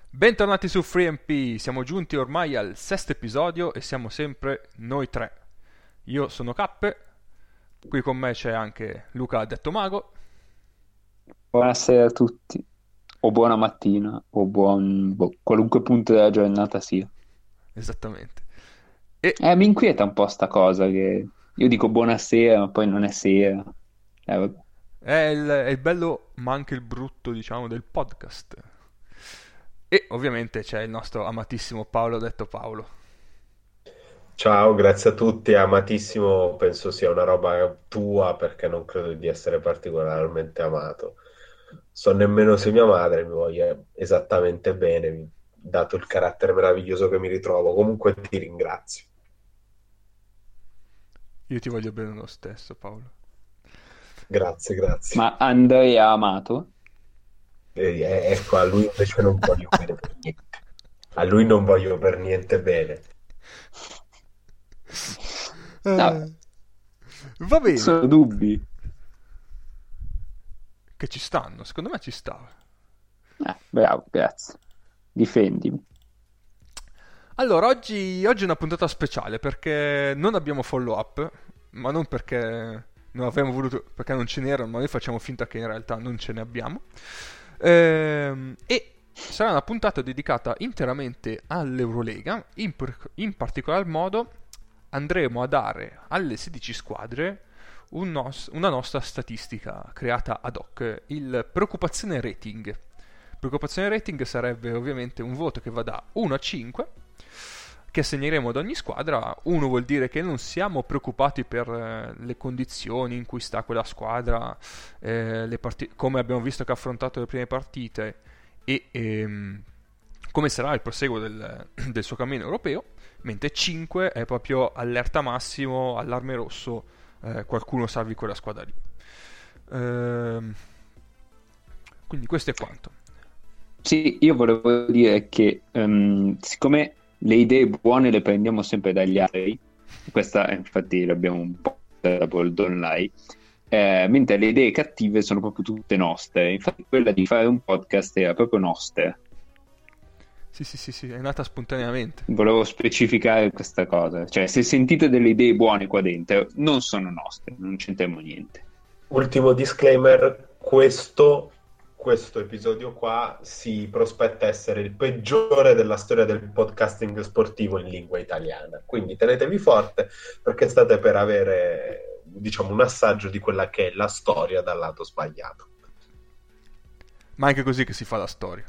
Bentornati su FreeMP, siamo giunti ormai al sesto episodio e siamo sempre noi tre. Io sono Cappe, qui con me c'è anche Luca detto Mago. Buonasera a tutti, o buona mattina, o qualunque punto della giornata sia. Esattamente. E Mi inquieta un po' sta cosa che io dico buonasera, ma poi non è sera. Vabbè. è il bello ma anche il brutto, diciamo, del podcast. E ovviamente c'è il nostro amatissimo Paolo detto Paolo. Ciao, grazie a tutti. Amatissimo, penso sia una roba tua perché non credo di essere particolarmente amato. So nemmeno se mia madre mi voglia esattamente bene, dato il carattere meraviglioso che mi ritrovo. Comunque ti ringrazio. Io ti voglio bene lo stesso, Paolo. Grazie, grazie. Ma Andrea Amato? Ecco, a lui invece non voglio bene per niente. A lui non voglio per niente bene. No, Va bene, sono dubbi. che ci stanno, secondo me ci sta. Bravo, grazie. Difendimi. Allora, oggi è una puntata speciale perché non abbiamo follow up, ma non perché non avremmo voluto, perché non ce n'erano, ma noi facciamo finta che in realtà non ce ne abbiamo. E sarà una puntata dedicata interamente all'Eurolega, in particolar modo andremo a dare alle 16 squadre una nostra statistica creata ad hoc, il preoccupazione rating. Preoccupazione rating sarebbe ovviamente un voto che va da 1 a 5 che assegneremo ad ogni squadra. 1 vuol dire che non siamo preoccupati per le condizioni in cui sta quella squadra, come abbiamo visto che ha affrontato le prime partite e come sarà il proseguo del suo cammino europeo, mentre 5 è proprio allerta massimo, allarme rosso, qualcuno salvi quella squadra lì. Ehm, quindi questo è quanto. Sì, io volevo dire che siccome le idee buone le prendiamo sempre dagli altri, questa infatti l'abbiamo un po' da Bold Online, mentre le idee cattive sono proprio tutte nostre. Infatti quella di fare un podcast era proprio nostra. Sì, sì, sì, sì, è nata spontaneamente. Volevo specificare questa cosa. Cioè, se sentite delle idee buone qua dentro, non sono nostre, non c'entriamo niente. Ultimo disclaimer, questo episodio qua si prospetta essere il peggiore della storia del podcasting sportivo in lingua italiana. Quindi tenetevi forte perché state per avere, diciamo, un assaggio di quella che è la storia dal lato sbagliato. Ma è anche così che si fa la storia.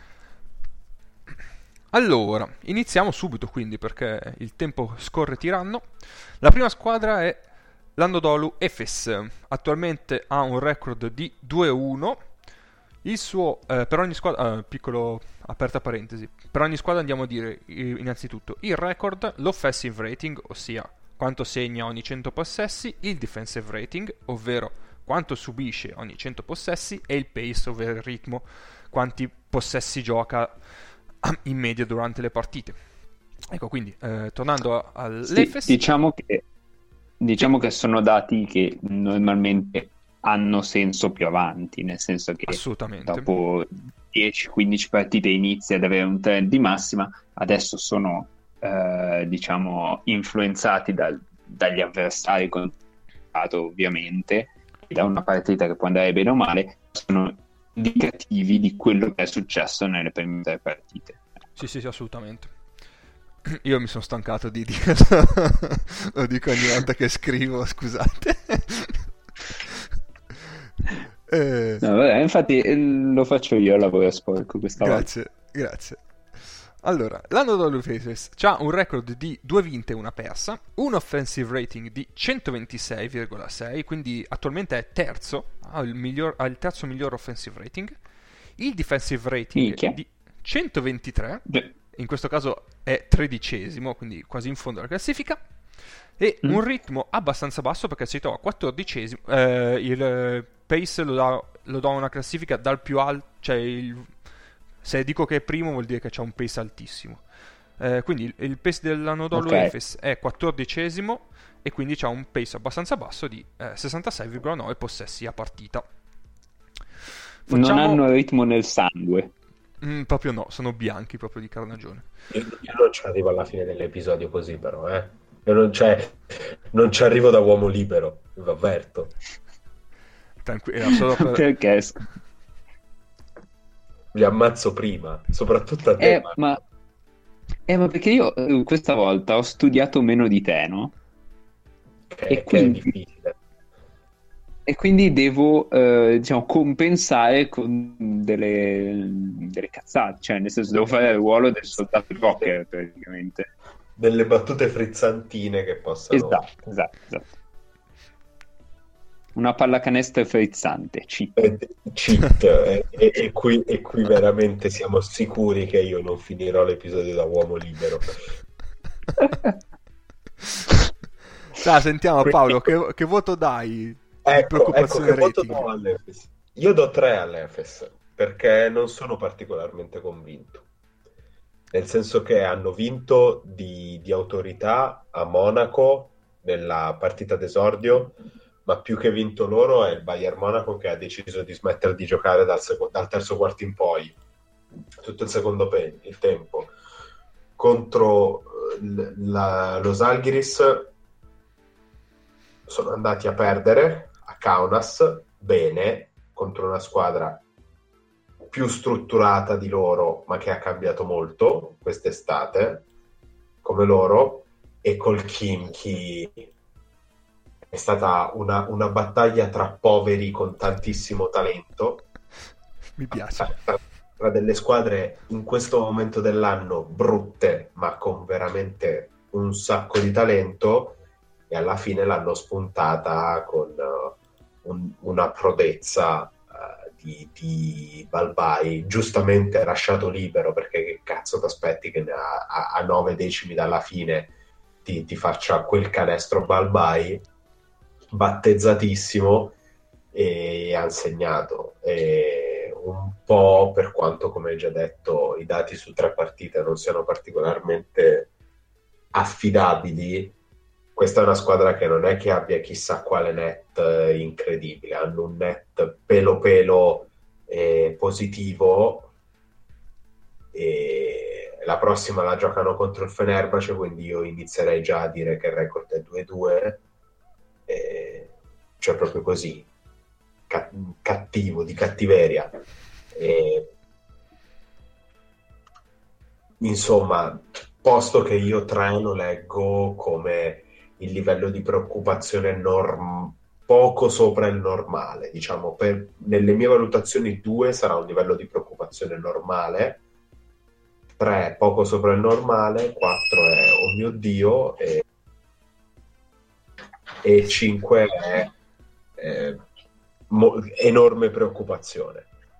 Allora, iniziamo subito quindi perché il tempo scorre tiranno. La prima squadra è l'Anadolu Efes. Attualmente ha un record di 2-1. Il suo, per ogni squadra, piccolo aperta parentesi, per ogni squadra andiamo a dire innanzitutto il record, l'offensive rating, ossia quanto segna ogni 100 possessi, il defensive rating, ovvero quanto subisce ogni 100 possessi, e il pace, ovvero il ritmo, quanti possessi gioca in media durante le partite. Ecco, quindi, tornando Sì, all'Efes, sì, diciamo che sono dati che normalmente hanno senso più avanti, nel senso che assolutamente. dopo 10-15 partite inizia ad avere un trend di massima, adesso sono diciamo influenzati dagli avversari contato ovviamente, e da una partita che può andare bene o male, sono indicativi di quello che è successo nelle prime 3 partite. Sì, sì, sì, assolutamente. Io mi sono stancato di dire, lo dico ogni volta che scrivo, scusate. Eh, No, vabbè, infatti lo faccio io, lavoro sporco questa volta. grazie, grazie. Allora, l'Anadolu Efes ha un record di 2 vinte e una persa, un offensive rating di 126,6, quindi attualmente è terzo, ha il terzo miglior offensive rating, il defensive rating Minchia. di 123, Beh, in questo caso è tredicesimo, quindi quasi in fondo alla classifica, e un mm, ritmo abbastanza basso perché si trova quattordicesimo, il pace lo dà una classifica dal più alto, cioè se dico che è primo vuol dire che c'ha un pace altissimo. Quindi il pace dell'Anadolu ok. Efes è quattordicesimo e quindi c'ha un pace abbastanza basso di 66,9 possessi a partita. Non Facciamo... hanno ritmo nel sangue. Proprio no, sono bianchi proprio di carnagione. Io non ci arrivo alla fine dell'episodio così, però, eh. Io non ci arrivo da uomo libero, vi avverto. Era solo per... Perché? Li ammazzo prima, soprattutto a te, Marco. Ma perché io questa volta ho studiato meno di te, no? Che E è quindi, difficile. e quindi devo, diciamo, compensare con delle cazzate, cioè nel senso devo fare il ruolo del soldato rocker praticamente. Delle battute frizzantine che possano... Esatto. Una pallacanestro frizzante, cheat. Cheat, e qui veramente siamo sicuri che io non finirò l'episodio da uomo libero. Dai, sentiamo Paolo, che voto dai? Di Ecco preoccupazione che voto rating? do all'Efes. Io do 3 all'Efes perché non sono particolarmente convinto. Nel senso che hanno vinto di autorità a Monaco nella partita d'esordio, ma più che vinto loro è il Bayern Monaco che ha deciso di smettere di giocare dal terzo quarto in poi, tutto il secondo il tempo. Contro lo Žalgiris sono andati a perdere a Kaunas, bene, contro una squadra più strutturata di loro, ma che ha cambiato molto quest'estate, come loro, e col Khimki è stata una battaglia tra poveri con tantissimo talento. Mi piace. Tra delle squadre in questo momento dell'anno brutte, ma con veramente un sacco di talento, e alla fine l'hanno spuntata con una prodezza di Balbai, giustamente lasciato libero, perché che cazzo ti aspetti che a 9 decimi dalla fine ti faccia quel canestro Balbai, battezzatissimo, e ha insegnato. E un po', per quanto, come hai già detto, i dati su 3 partite non siano particolarmente affidabili, questa è una squadra che non è che abbia chissà quale net incredibile, hanno un net pelo positivo, e la prossima la giocano contro il Fenerbahce, quindi io inizierei già a dire che il record è 2-2, cioè proprio così, cattivo, di cattiveria. Insomma, posto che io 3 lo leggo come il livello di preoccupazione poco sopra il normale, diciamo, nelle mie valutazioni 2 sarà un livello di preoccupazione normale, 3 poco sopra il normale, 4 è oh mio Dio, e 5 è enorme preoccupazione.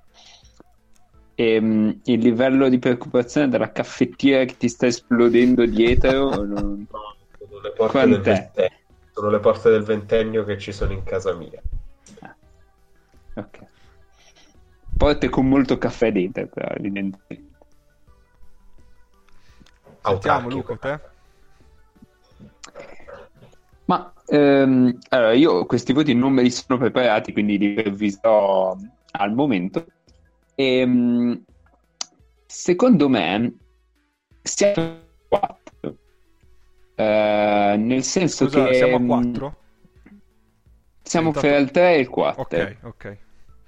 Il livello di preoccupazione della caffettiera che ti sta esplodendo dietro No, sono le porte del quant'è? ventennio. Sono le porte del ventennio che ci sono in casa mia. Ok. Porte con molto caffè dentro, però, evidentemente. Sentiamo Luca, te? Ma allora io questi voti non me li sono preparati, quindi li reviserò al momento. Secondo me siamo 4, nel senso Scusa, che siamo a 4? siamo fra il 3 e il 4. Ok.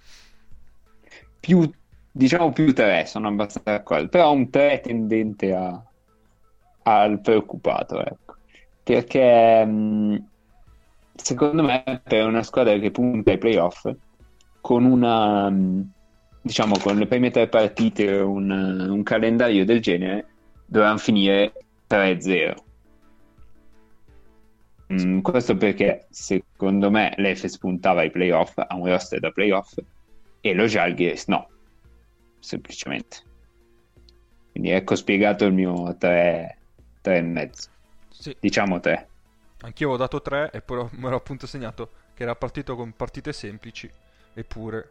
Diciamo più 3, sono abbastanza d'accordo, però un 3 tendente al preoccupato, ecco. Perché secondo me per una squadra che punta ai playoff, con diciamo con le prime 3 partite, un calendario del genere, dovranno finire 3-0. Questo perché secondo me l'Efes puntava ai playoff, a un roster da playoff, e lo Žalgiris no, semplicemente. Quindi ecco spiegato il mio 3,5. Sì. Diciamo 3. Anch'io ho dato 3 e poi mi ero appunto segnato che era partito con partite semplici, eppure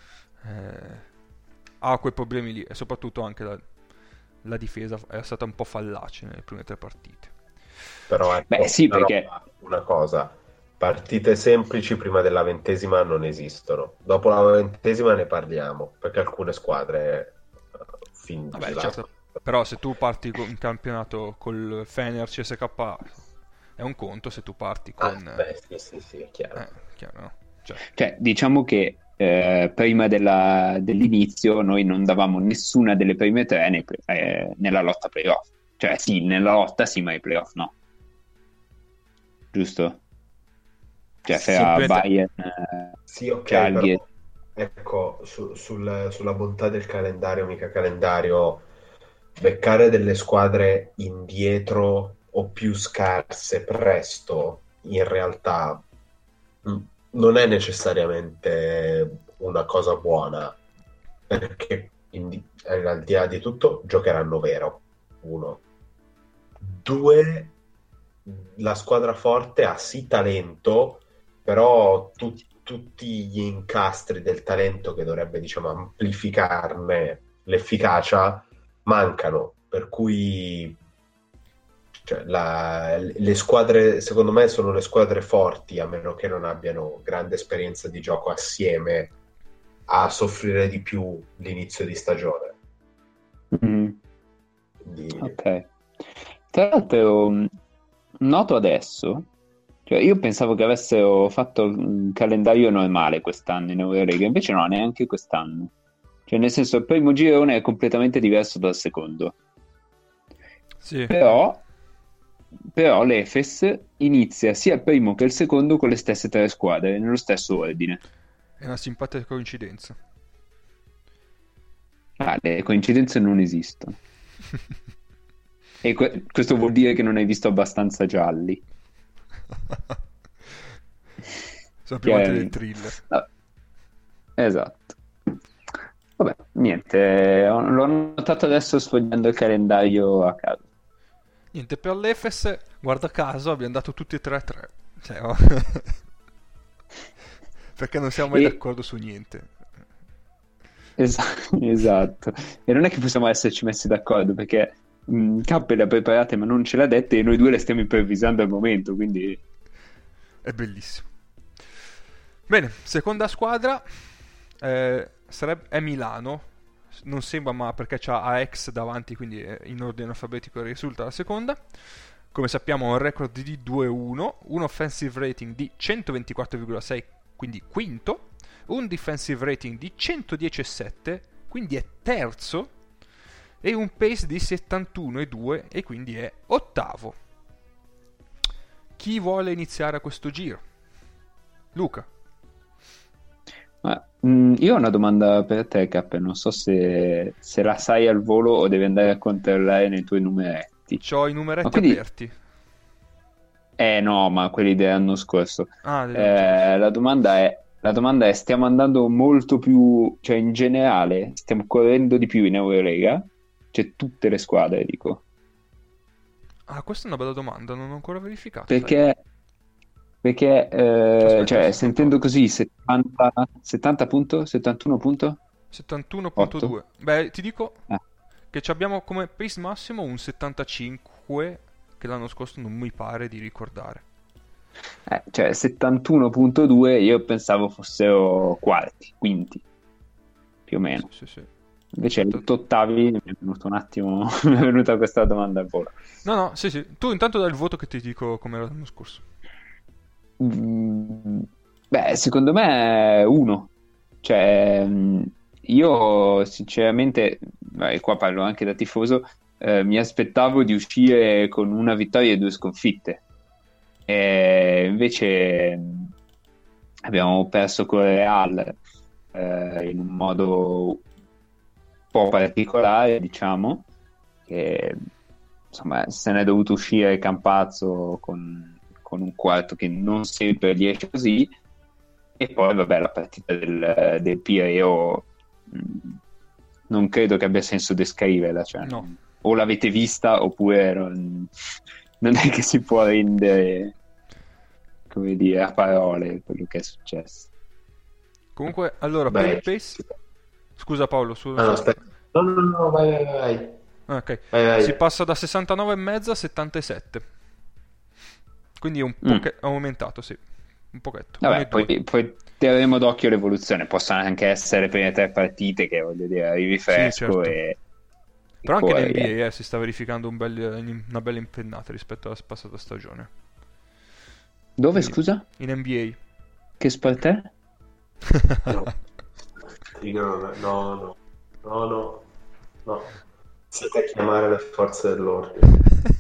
ha quei problemi lì, e soprattutto anche la difesa è stata un po' fallace nelle prime 3 partite. Però ecco, Beh, sì, perché una cosa, partite semplici prima della 20ª non esistono. Dopo la 20ª ne parliamo, perché alcune squadre fin Vabbè, girato. certo. Però se tu parti in campionato col Fener CSKA è un conto, se tu parti con... Beh, sì, è chiaro. chiaro, no? Cioè, diciamo che prima dell'inizio noi non davamo nessuna delle prime tre nella lotta playoff. Cioè sì, nella lotta sì, ma ai playoff no. Giusto? Cioè fra Bayern, sì, ok, Žalgiris. però ecco, sulla bontà del calendario, mica calendario, beccare delle squadre indietro o più scarse presto, in realtà non è necessariamente una cosa buona, perché al di là di tutto giocheranno vero, uno. Due, la squadra forte ha sì talento, però tutti gli incastri del talento che dovrebbe, diciamo, amplificarne l'efficacia mancano, per cui cioè, le squadre, secondo me, sono le squadre forti, a meno che non abbiano grande esperienza di gioco assieme, a soffrire di più l'inizio di stagione. Quindi... Ok. Tra l'altro, noto adesso, cioè io pensavo che avessero fatto un calendario normale quest'anno in Eurolega, invece no, neanche quest'anno. Cioè, nel senso, il primo girone è completamente diverso dal secondo. Sì. Però l'Efes inizia sia il primo che il secondo con le stesse tre squadre, nello stesso ordine. È una simpatica coincidenza. Le coincidenze non esistono. E questo vuol dire che non hai visto abbastanza gialli. Sono più avanti del thriller. No. Esatto. Vabbè, niente, l'ho notato adesso sfogliando il calendario a caso. Niente, per l'Efes, guarda caso, abbiamo dato tutti e 3-3. Cioè, perché non siamo mai d'accordo su niente. Esatto. E non è che possiamo esserci messi d'accordo, perché K le ha preparate ma non ce l'ha dette e noi due le stiamo improvvisando al momento, quindi... È bellissimo. Bene, seconda squadra è Milano. Non sembra, ma perché c'ha AX davanti, quindi in ordine alfabetico risulta la seconda. Come sappiamo ha un record di 2-1, un offensive rating di 124,6, quindi quinto, un defensive rating di 110,7, quindi è terzo, e un pace di 71,2 e quindi è ottavo. Chi vuole iniziare a questo giro? Luca. Io ho una domanda per te, Cap, non so se la sai al volo o devi andare a controllare nei tuoi numeretti. C'ho i numeretti aperti. No, ma quelli dell'anno scorso. La domanda è, stiamo andando molto più, cioè in generale, stiamo correndo di più in Eurolega? Cioè tutte le squadre, dico. Questa è una bella domanda, non ho ancora verificato. Perché Aspetta, cioè, sentendo così, 70 punto? 71 punto? 71.2. Beh, ti dico che abbiamo come pace massimo un 75 che l'anno scorso non mi pare di ricordare. Cioè 71.2 io pensavo fossero quarti, quinti, più o meno. Sì. Invece 8 mi è venuto un attimo, mi è venuta questa domanda al volo. No, sì. Tu intanto dai il voto che ti dico come era l'anno scorso. Beh, secondo me è 1. Cioè, io sinceramente, qua parlo anche da tifoso, mi aspettavo di uscire con una vittoria e 2 sconfitte. E invece abbiamo perso con il Real in un modo un po' particolare, diciamo, che insomma se ne è dovuto uscire Campazzo con un quarto che non sempre riesce così, e poi vabbè la partita del Pireo non credo che abbia senso descriverla, cioè, no. O l'avete vista oppure non è che si può rendere, come dire, a parole quello che è successo. Comunque, allora, per il pace... Scusa Paolo, aspetta. No, vai. Ok, vai. Si passa da 69,5 a 77. Quindi è è aumentato, sì. Un pochetto. Vabbè, poi terremo d'occhio l'evoluzione. Possono anche essere le prime 3 partite che, voglio dire, arrivi fresco, sì, certo. Però anche in Poi, NBA si sta verificando una bella impennata rispetto alla passata stagione. dove, Quindi, scusa? in NBA. Che sport è? No. No. Siete a chiamare le forze dell'ordine.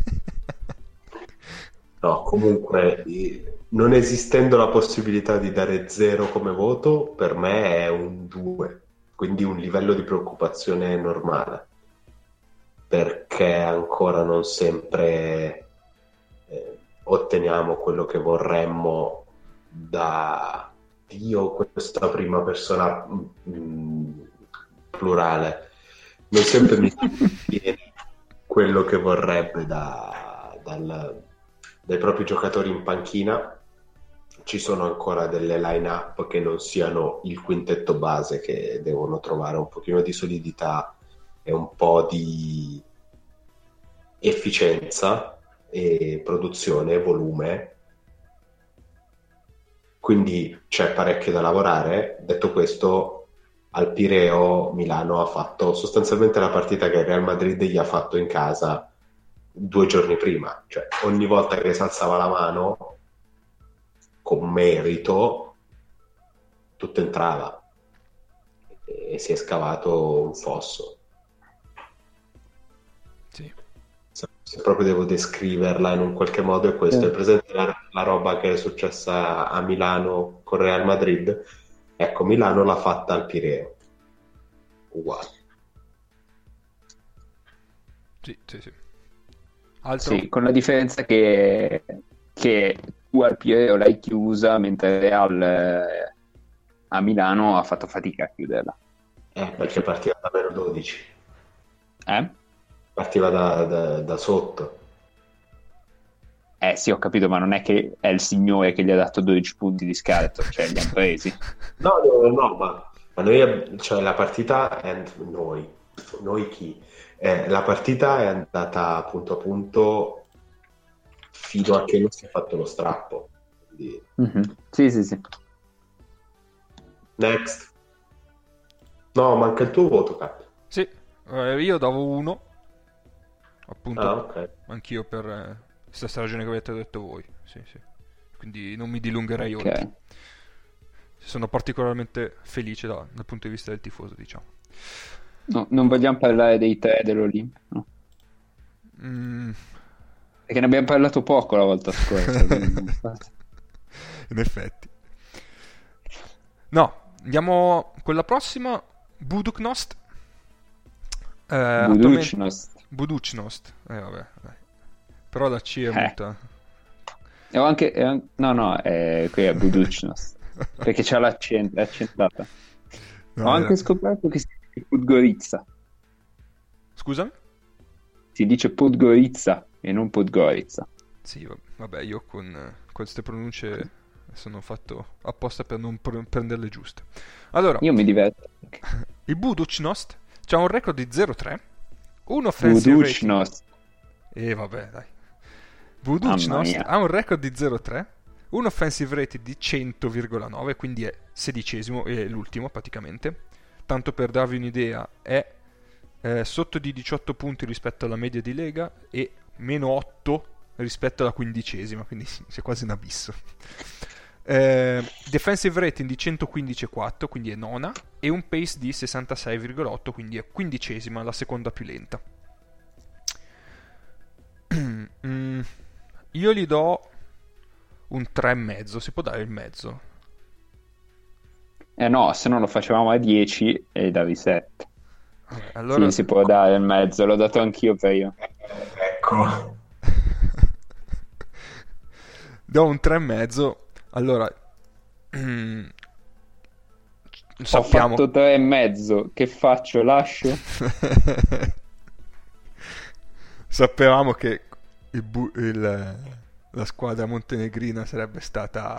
No, comunque, non esistendo la possibilità di dare 0 come voto, per me è un 2, quindi un livello di preoccupazione normale, perché ancora non sempre otteniamo quello che vorremmo da Dio, questa prima persona plurale. Non sempre mi viene quello che vorrebbe dai propri giocatori in panchina. Ci sono ancora delle line-up che non siano il quintetto base, che devono trovare un pochino di solidità e un po' di efficienza e produzione, volume. Quindi c'è parecchio da lavorare. Detto questo, al Pireo Milano ha fatto sostanzialmente la partita che il Real Madrid gli ha fatto in casa 2 giorni prima, cioè ogni volta che si alzava la mano con merito tutto entrava e si è scavato un fosso. Sì. Se proprio devo descriverla in un qualche modo è questo. È presente la roba che è successa a Milano con Real Madrid? Ecco, Milano l'ha fatta al Pireo, uguale. Sì. Altro? Sì, con la differenza che tu al Pireo l'hai chiusa, mentre Real a Milano ha fatto fatica a chiuderla. Perché partiva da meno 12, Eh? partiva da sotto. Sì, ho capito, ma non è che è il signore che gli ha dato 12 punti di scarto, cioè li hanno presi. No, ma noi, cioè la partita è noi chi? La partita è andata punto a punto fino a che non si è fatto lo strappo. Quindi, Sì. next. No, manca il tuo voto, Cap. Sì, io davo 1, appunto, Ok. anch'io per stessa ragione che avete detto voi. Sì. Quindi non mi dilungherei Ok. oltre. Sono particolarmente felice dal punto di vista del tifoso, diciamo. No, non vogliamo parlare dei 3 dell'Olimpia, no? Perché ne abbiamo parlato poco la volta scorsa. quindi- In effetti. No, andiamo con la prossima. Budućnost. Budućnost. Vabbè, dai. Però la C è muta. No, qui è Budućnost, perché c'ha l'accento, è accentata. No, Ho anche scoperto che si dice Podgorica. Scusami? Si dice Podgorica e non Podgorica. Sì, vabbè, io con queste pronunce sono fatto apposta per non prenderle giuste. Allora, Io mi diverto. il Budućnost c'ha un record di 0-3, un offensive rating. Budućnost. Vabbè, dai. Mamma Budućnost mia. ha un record di 0-3, un offensive rating di 100,9, quindi è sedicesimo, è l'ultimo praticamente. Tanto per darvi un'idea, è sotto di 18 punti rispetto alla media di Lega e meno 8 rispetto alla quindicesima, quindi c'è quasi un abisso. Defensive rating di 115,4, quindi è nona, e un pace di 66,8, quindi è quindicesima, la seconda più lenta. Io gli do un 3,5, si può dare il mezzo? No, se no lo facevamo a 10 e davi 7. Vabbè, allora Sì, si può dare il mezzo, l'ho dato anch'io prima. Ecco. do un 3,5. Allora sappiamo Ho fatto 3,5, che faccio? Lascio? sapevamo che la squadra montenegrina sarebbe stata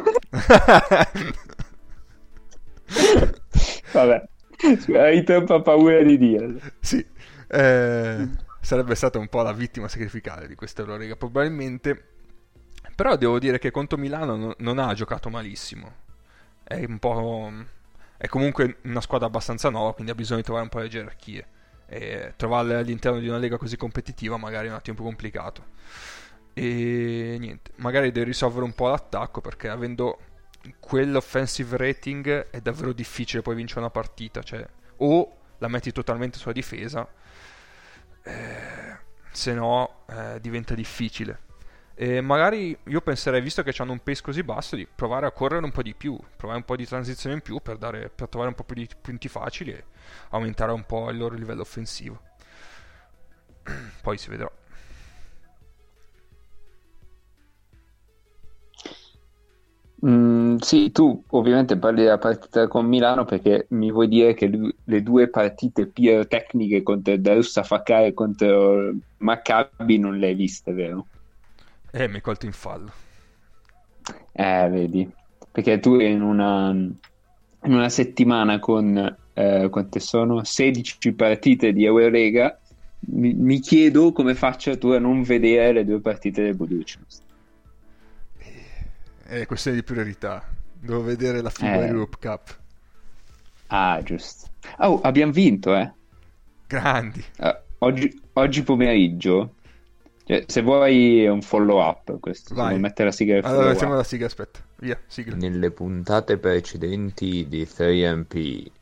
Vabbè, hai troppa paura di dirlo. sì, sarebbe stata un po' la vittima sacrificale di questa Euroliga probabilmente. Però devo dire che contro Milano non ha giocato malissimo. È comunque una squadra abbastanza nuova, quindi ha bisogno di trovare un po' le gerarchie. e trovarle all'interno di una lega così competitiva magari è un attimo più complicato. E niente, magari deve risolvere un po' l'attacco, perché avendo quell'offensive rating è davvero difficile poi vincere una partita, cioè o la metti totalmente sulla difesa, se no diventa difficile. E magari io penserei, visto che hanno un pace così basso, di provare a correre un po' di più, provare un po' di transizione in più per trovare un po' più di punti facili e aumentare un po' il loro livello offensivo. Poi si vedrà. Sì, tu ovviamente parli della partita con Milano perché mi vuoi dire che le due partite pirotecniche contro il Darussafaká e contro il Maccabi non le hai viste, vero? Mi hai colto in fallo. Vedi, perché tu in una settimana con quante sono? 16 partite di Eurolega, mi chiedo come faccia tu a non vedere le due partite del Budućnost. È questione di priorità. Devo vedere la FIBA Europe Cup. Ah, giusto. Oh, abbiamo vinto, eh? Grandi. Oggi pomeriggio, cioè, se vuoi un follow up, questo, se Vai. vuoi mettere la sigla del Allora, follow mettiamo up. la sigla, aspetta. Via, sigla. Nelle puntate precedenti di 3MP.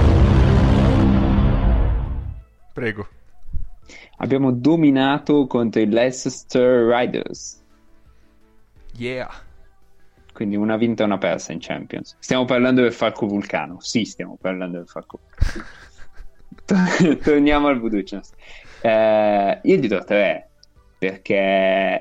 Prego. Abbiamo dominato contro i Leicester Riders, Yeah. quindi una vinta e una persa in Champions. Stiamo parlando del Falco Vulcano. Sì, stiamo parlando del Falco Vulcano. Torniamo al Budućnost. Io gli do 3 perché,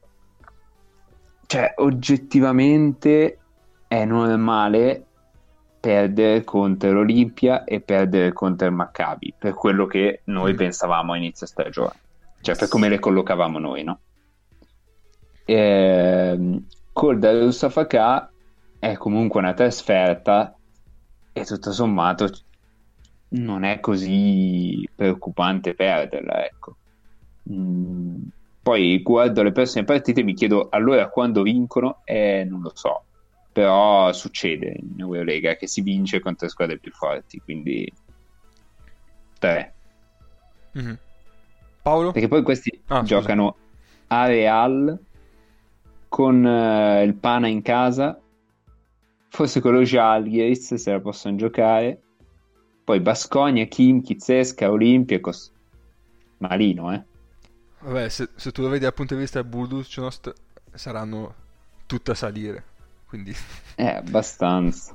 cioè, oggettivamente è normale perdere contro l'Olimpia e perdere contro il Maccabi, per quello che noi pensavamo a inizio stagione, cioè per come le collocavamo noi, no? Col Darussafaká è comunque una trasferta e tutto sommato non è così preoccupante perderla, ecco. Poi guardo le prossime partite e mi chiedo allora quando vincono, non lo so, però succede in Eurolega che si vince contro le squadre più forti, quindi 3. Mhm. Paolo? Perché poi questi Ah, scusa. giocano a Real con il Pana in casa, forse con lo Žalgiris se la possono giocare, poi Baskonia, Khimki, CSKA, Olympiacos. Malino, Vabbè, se tu lo vedi dal punto di vista del Budućnost, saranno tutte a salire. Quindi abbastanza.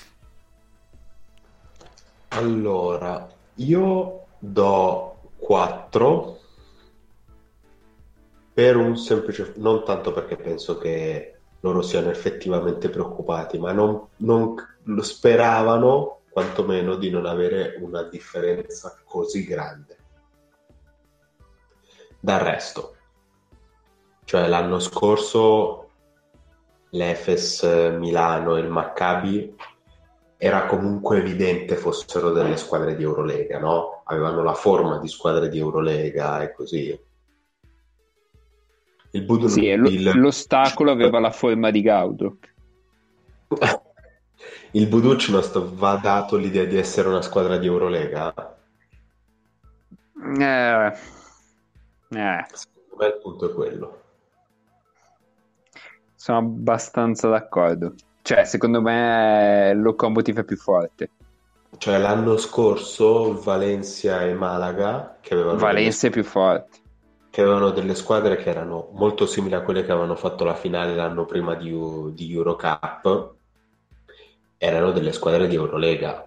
Allora, io do 4 per un semplice, non tanto perché penso che loro siano effettivamente preoccupati, ma non lo speravano quantomeno di non avere una differenza così grande dal resto. Cioè l'anno scorso l'Efes Milano e il Maccabi era comunque evidente fossero delle squadre di Eurolega, no? Avevano la forma di squadre di Eurolega e così. Il Sì, l'ostacolo aveva la forma di Gaudo. Il Budućnost va dato l'idea di essere una squadra di Eurolega? Secondo me il punto è quello. Sono abbastanza d'accordo. Cioè, secondo me il Lokomotiv è più forte. Cioè l'anno scorso Valencia e Malaga, che avevano Valencia è più forte. che avevano delle squadre che erano molto simili a quelle che avevano fatto la finale l'anno prima di Eurocup, erano delle squadre di Eurolega.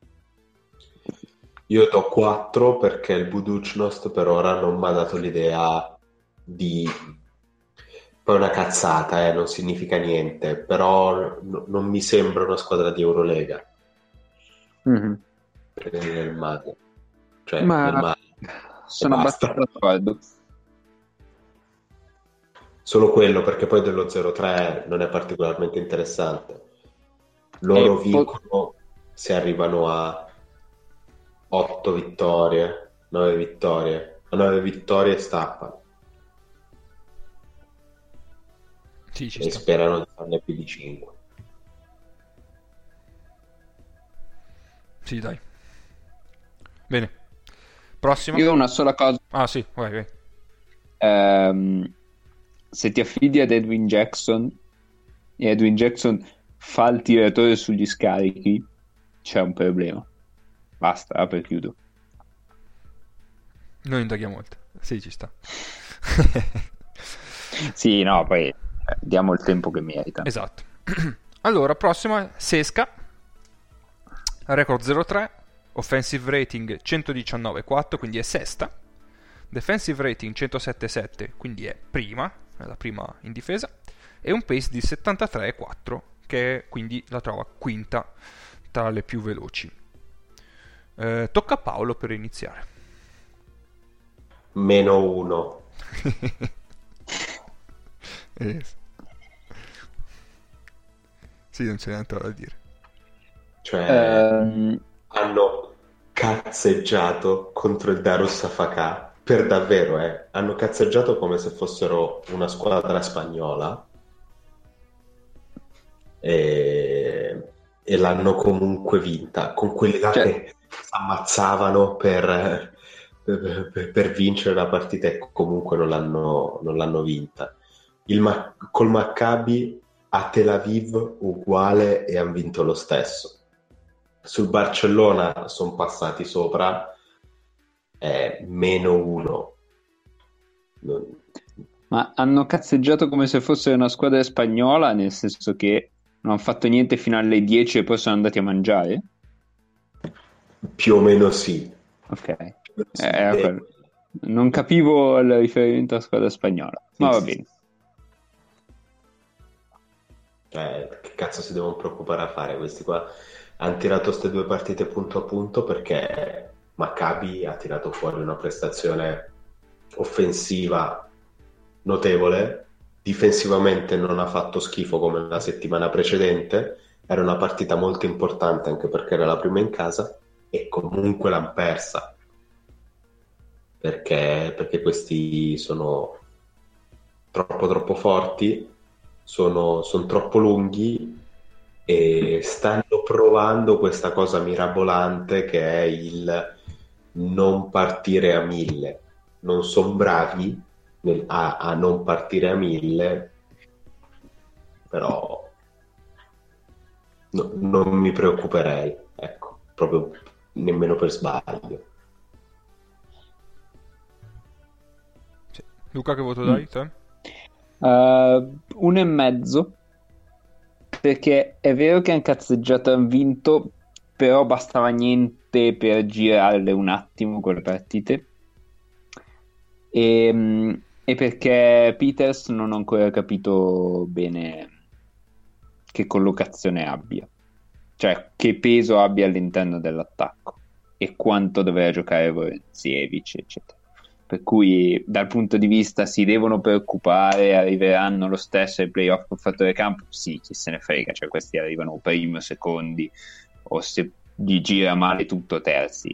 Io do 4 perché il Budućnost per ora non mi ha dato l'idea di... Poi è una cazzata, non significa niente, però non mi sembra una squadra di Eurolega. Mm-hmm. Nel male. Cioè, Ma nel male. sono abbastanza d'accordo. Solo quello, perché poi dello 0-3 non è particolarmente interessante. Loro vincono se arrivano a 8 vittorie, 9 vittorie. A 9 vittorie stappano. sì, ci E sta. sperano di farne più di 5. Sì, dai. Bene. Prossima. Io ho una sola cosa. Ah sì, vai. Se ti affidi ad Edwin Jackson e Edwin Jackson fa il tiratore sugli scarichi, c'è un problema. Basta, apri e chiudo. Non indaghiamo molto. Sì, ci sta. Sì, no, poi diamo il tempo che merita. Esatto. Allora, prossima, Sesca. Record 0-3. Offensive rating 119,4, quindi è sesta. Defensive rating 107,7, quindi è prima, è la prima in difesa. E un pace di 73,4, che quindi la trova quinta tra le più veloci. Tocca a Paolo per iniziare. -1. Sì, non c'è niente da dire. Cioè, hanno cazzeggiato contro il Darussafaká, per davvero, hanno cazzeggiato come se fossero una squadra spagnola e l'hanno comunque vinta, con quelli là che si ammazzavano per vincere la partita e comunque non l'hanno vinta. Col Maccabi a Tel Aviv uguale e hanno vinto lo stesso. Sul Barcellona sono passati sopra, -1. Ma hanno cazzeggiato come se fosse una squadra spagnola, nel senso che non hanno fatto niente fino alle 10 e poi sono andati a mangiare? Più o meno sì. Ok. Non capivo il riferimento alla squadra spagnola, ma va bene. Che cazzo si devono preoccupare a fare questi qua? Hanno tirato queste due partite punto a punto perché Maccabi ha tirato fuori una prestazione offensiva notevole, difensivamente non ha fatto schifo come la settimana precedente, era una partita molto importante anche perché era la prima in casa e comunque l'hanno persa perché questi sono troppo forti, sono troppo lunghi e stanno provando questa cosa mirabolante che è il non partire a 1000. Non sono bravi a non partire a 1000, però non mi preoccuperei, ecco, proprio nemmeno per sbaglio. Sì. Luca, che voto dai te? 1,5, perché è vero che hanno cazzeggiato e hanno vinto, però bastava niente per girarle un attimo quelle partite, e perché Peters non ho ancora capito bene che collocazione abbia, cioè che peso abbia all'interno dell'attacco e quanto dovrà giocare Voziewicz, eccetera. Per cui dal punto di vista si devono preoccupare, arriveranno lo stesso ai playoff con fattore campo, sì, chi se ne frega, cioè questi arrivano primi, secondi, o se gli gira male tutto terzi,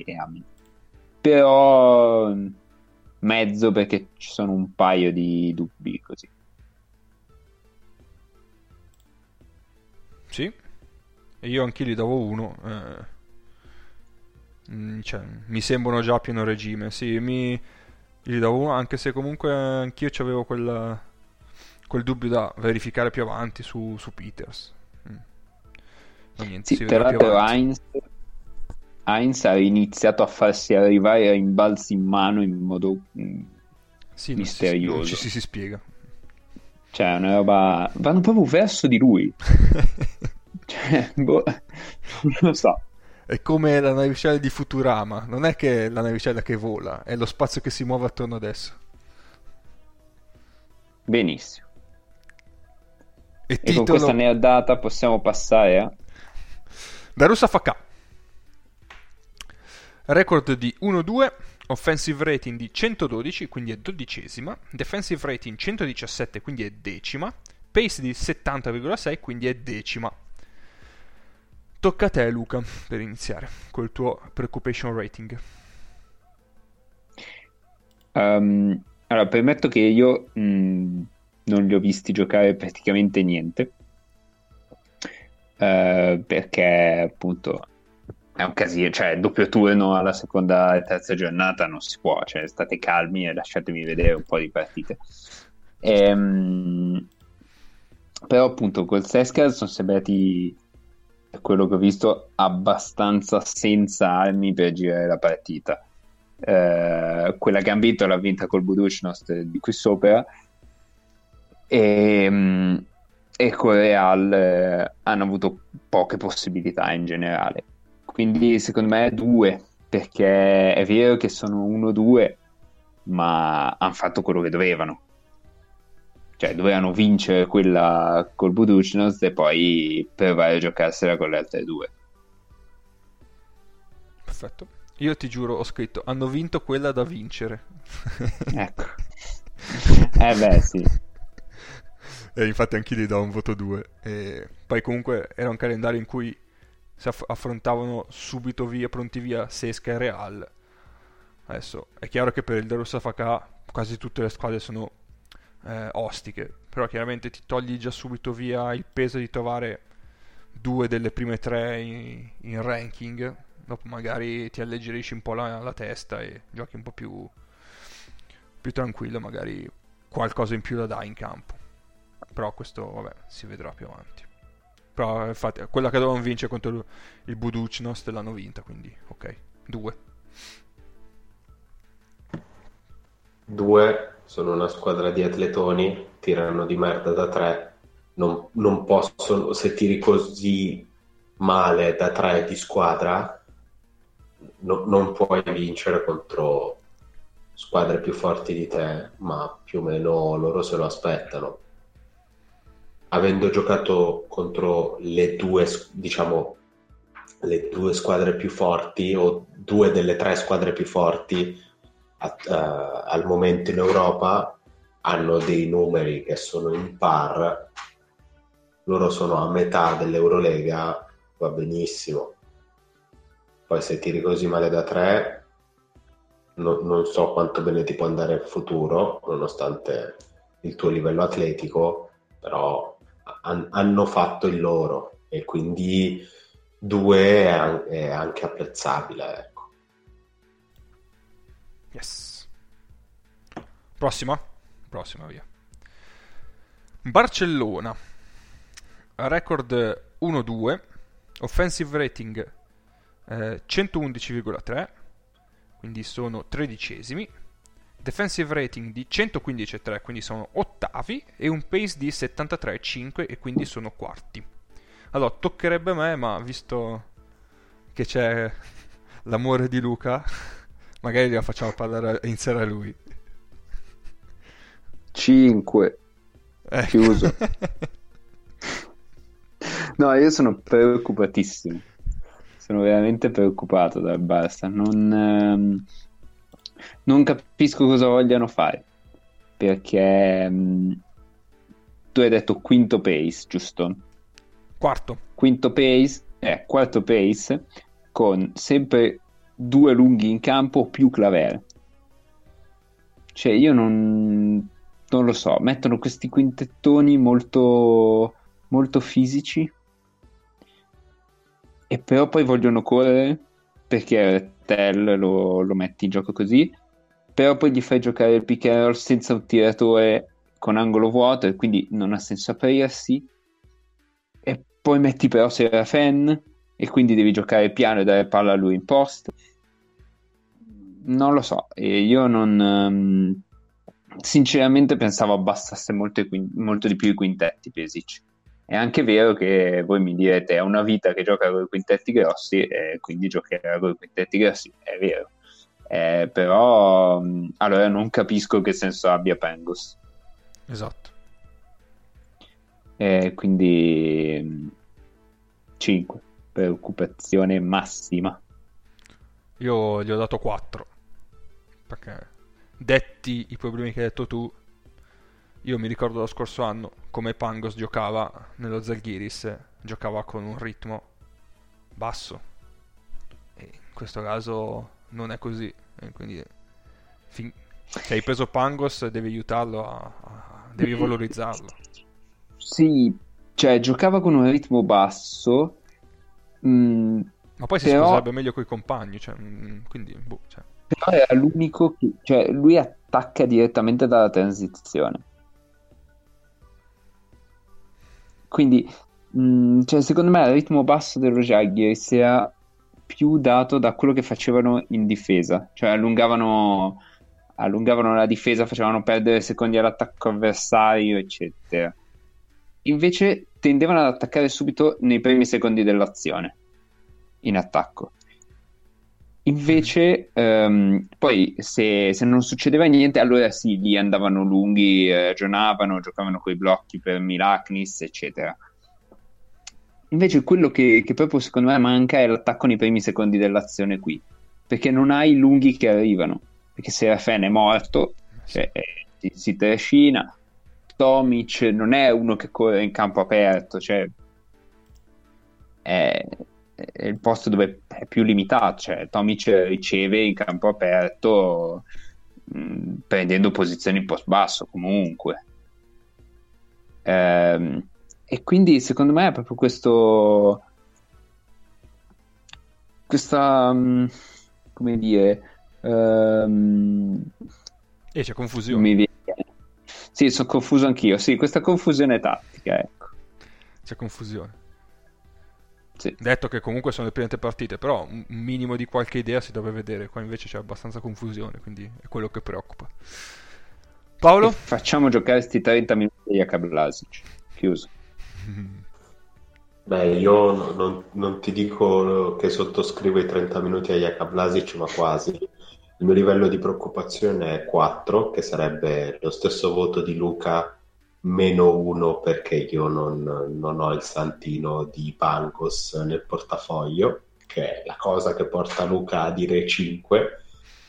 però mezzo, perché ci sono un paio di dubbi così. Sì, e io anch'io gli davo 1. Cioè, mi sembrano già a pieno regime. Sì, gli davo 1, anche se comunque anch'io c'avevo quel dubbio da verificare più avanti su Peters. Ma niente, sì, tra l'altro Heinz ha iniziato a farsi arrivare a rimbalzi in mano in modo misterioso. Non ci si spiega. Cioè, è una roba... vanno proprio verso di lui. Cioè, non lo so. È come la navicella di Futurama. Non è che è la navicella che vola, è lo spazio che si muove attorno ad esso. Benissimo. E con questa nerdata possiamo passare a Darussafaká. Record di 1-2, offensive rating di 112, quindi è 12ª, defensive rating 117, quindi è 10ª, pace di 70,6, quindi è 10ª. Tocca a te, Luca, per iniziare col tuo preoccupation rating. Allora, permetto che io non li ho visti giocare praticamente niente, perché appunto è un casino, cioè doppio turno alla seconda e terza giornata non si può, cioè state calmi e lasciatemi vedere un po' di partite. Però appunto col Sesca sono sembrati, da quello che ho visto, abbastanza senza armi per girare la partita. Quella che hanno vinto l'ha vinta col Budućnost di qui sopra, e con Real hanno avuto poche possibilità in generale, quindi secondo me 2, perché è vero che sono 1-2, ma hanno fatto quello che dovevano, cioè dovevano vincere quella col Budućnost e poi provare a giocarsela con le altre 2. Perfetto. Io ti giuro, ho scritto, hanno vinto quella da vincere. Ecco. Beh, sì. E infatti anch'io gli do un voto 2. E poi comunque era un calendario in cui si affrontavano subito via, pronti via, Sesca e Real. Adesso è chiaro che per il Darussafaká quasi tutte le squadre sono ostiche, però chiaramente ti togli già subito via il peso di trovare 2 delle prime 3 in ranking. Dopo magari ti alleggerisci un po' la testa e giochi un po' più tranquillo, magari qualcosa in più la dai in campo. Però questo, vabbè, si vedrà più avanti. Però infatti quella che dovevano vincere contro il Budućnost l'hanno vinta, quindi ok, 2. 2 sono una squadra di atletoni, tirano di merda da 3, non possono, se tiri così male da 3 di squadra, non puoi vincere contro squadre più forti di te, ma più o meno loro se lo aspettano. Avendo giocato contro le 2, diciamo, le 2 squadre più forti, o 2 delle 3 squadre più forti al momento in Europa, hanno dei numeri che sono in par, loro sono a metà dell'Eurolega, va benissimo. Poi se tiri così male da 3, non so quanto bene ti può andare in futuro, nonostante il tuo livello atletico, però hanno fatto il loro, e quindi 2 è anche apprezzabile, ecco. Yes. Prossima via. Barcellona, record 1-2, offensive rating 111,3, quindi sono 13esimi, defensive rating di 115,3, quindi sono ottavi, e un pace di 73,5, e quindi sono quarti. Allora, toccherebbe a me, ma visto che c'è l'amore di Luca, magari la facciamo parlare, iniziare a lui. 5. Chiuso. No, io sono preoccupatissimo. Sono veramente preoccupato dal Barça. Non capisco cosa vogliano fare. Perché tu hai detto quinto pace, giusto? Quarto pace, con sempre 2 lunghi in campo più Claver. Cioè io non lo so, mettono questi quintettoni molto, molto fisici, e però poi vogliono correre, perché Tell lo metti in gioco così, però poi gli fai giocare il pick and roll senza un tiratore con angolo vuoto, e quindi non ha senso aprirsi, e poi metti però Serafen, e quindi devi giocare piano e dare palla a lui in post. Non lo so, e io non sinceramente pensavo abbassasse molto di più i quintetti Pesic. È anche vero che voi mi direte è una vita che gioca con i quintetti grossi, e quindi giocherà con i quintetti grossi, è vero, però allora non capisco che senso abbia Pangos. Esatto. Quindi 5, preoccupazione massima. Io gli ho dato 4, perché detti i problemi che hai detto tu, io mi ricordo lo scorso anno come Pangos giocava nello Zalgiris, giocava con un ritmo basso, e in questo caso non è così, e quindi se hai preso Pangos devi aiutarlo devi valorizzarlo. Sì, cioè giocava con un ritmo basso, Ma poi si Però- sposerebbe meglio coi compagni, cioè, quindi, boh, cioè. Però era l'unico che, cioè, lui attacca direttamente dalla transizione. Quindi, cioè, secondo me il ritmo basso dello Žalgiris era più dato da quello che facevano in difesa, cioè allungavano la difesa, facevano perdere secondi all'attacco avversario, eccetera. Invece tendevano ad attaccare subito nei primi secondi dell'azione, in attacco. Invece, poi se non succedeva niente, allora sì, lì andavano lunghi, ragionavano, giocavano coi blocchi per Milaknis, eccetera. Invece quello che proprio secondo me manca è l'attacco nei primi secondi dell'azione qui, perché non hai i lunghi che arrivano, perché Serafen è morto, cioè, si trascina, Tomic non è uno che corre in campo aperto, cioè è il posto dove è più limitato, cioè Tomic riceve in campo aperto prendendo posizioni post basso comunque. E quindi secondo me è proprio questa come dire E c'è confusione. mi viene. Sì, sono confuso anch'io, sì, questa confusione tattica, ecco. C'è confusione. Sì. Detto che comunque sono le prime tre partite, però un minimo di qualche idea si deve vedere. Qua invece c'è abbastanza confusione, quindi è quello che preoccupa. Paolo? E facciamo giocare sti 30 minuti di Jakub Vlasic. Chiuso. Beh, io non ti dico che sottoscrivo i 30 minuti a Jakub Vlasic, ma quasi. Il mio livello di preoccupazione è 4, che sarebbe lo stesso voto di Luca meno 1 perché io non ho il santino di Pangos nel portafoglio, che è la cosa che porta Luca a dire 5.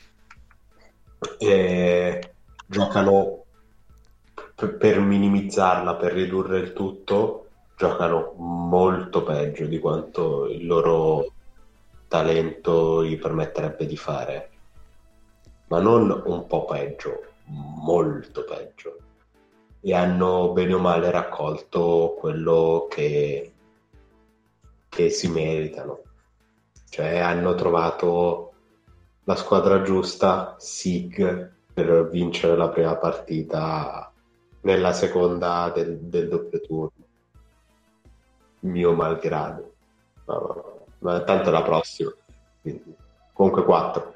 E giocano per minimizzarla, per ridurre il tutto, giocano molto peggio di quanto il loro talento gli permetterebbe di fare, ma non un po' peggio, molto peggio. E hanno bene o male raccolto quello che si meritano, cioè hanno trovato la squadra giusta, Sig, per vincere la prima partita nella seconda del doppio turno, mio malgrado, ma tanto la prossima. Quindi, comunque 4.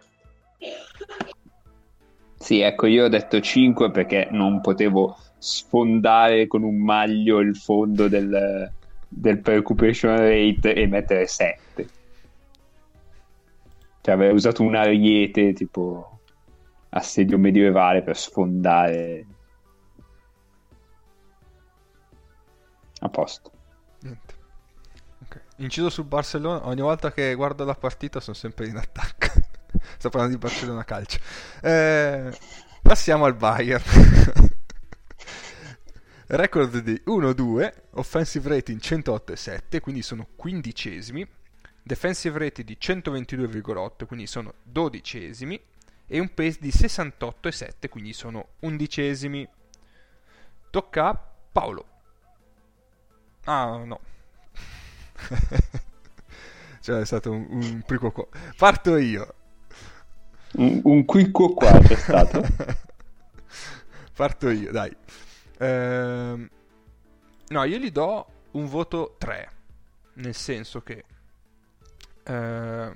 Sì, ecco, io ho detto 5 perché non potevo sfondare con un maglio il fondo del preoccupation rate e mettere 7. Cioè avevo usato un ariete tipo assedio medievale per sfondare. A posto. Niente. Ok. Inciso sul Barcellona, ogni volta che guardo la partita sono sempre in attacco. Sto parlando di Barcellona calcio. Passiamo al Bayern. Record di 1-2, offensive rating 108,7, quindi sono 15esimi. Defensive rating di 122,8, quindi sono 12esimi. E un pace di 68,7, quindi sono 11esimi. Tocca a Paolo. Ah, no. Cioè è stato un prico. Parto io. Un quicco qua c'è stato. Parto io, dai. No, io gli do un voto 3. Nel senso che c'è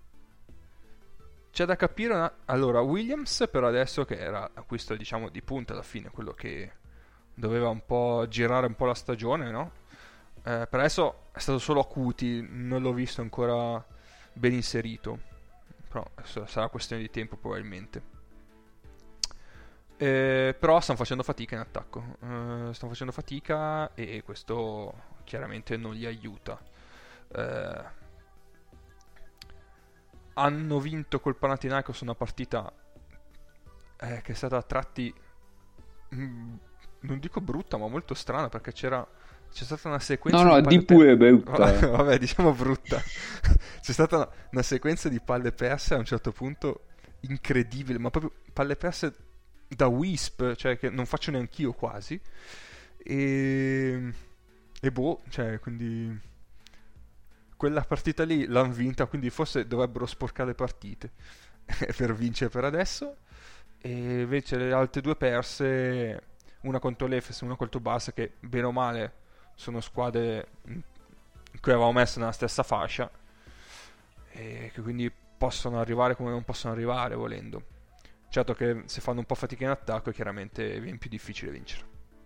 da capire allora Williams per adesso, che era acquisto diciamo di punta alla fine, quello che doveva un po' girare un po' la stagione, no? Per adesso è stato solo Acuti, non l'ho visto ancora ben inserito, però sarà questione di tempo probabilmente. Però stanno facendo fatica in attacco, stanno facendo fatica e questo chiaramente non li aiuta. Hanno vinto col Panathinaikos una partita che è stata a tratti non dico brutta ma molto strana, perché c'è stata una sequenza No, di pure brutta. vabbè, diciamo brutta. C'è stata una sequenza di palle perse a un certo punto incredibile, ma proprio palle perse da Wisp, cioè che non faccio neanch'io quasi. E boh, cioè, quindi quella partita lì l'hanno vinta, quindi forse dovrebbero sporcare le partite per vincere per adesso. E invece le altre due perse, una contro l'Efes e una contro il Barça, che bene o male sono squadre in cui avevamo messo nella stessa fascia, e che quindi possono arrivare come non possono arrivare volendo. Certo che se fanno un po' fatica in attacco chiaramente viene più difficile vincere.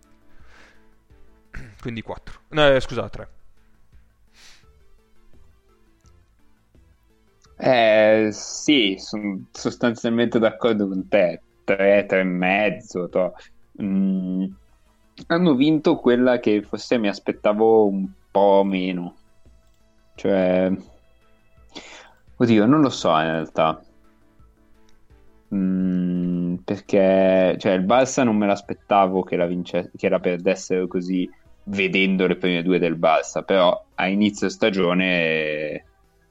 Quindi 4. No, scusa, 3. Sì, sono sostanzialmente d'accordo con te. 3, 3 e mezzo. Hanno vinto quella che forse mi aspettavo un po' meno. Cioè, oddio, non lo so in realtà. Perché cioè, il Barça non me l'aspettavo che la perdessero così, vedendo le prime due del Barça, però a inizio stagione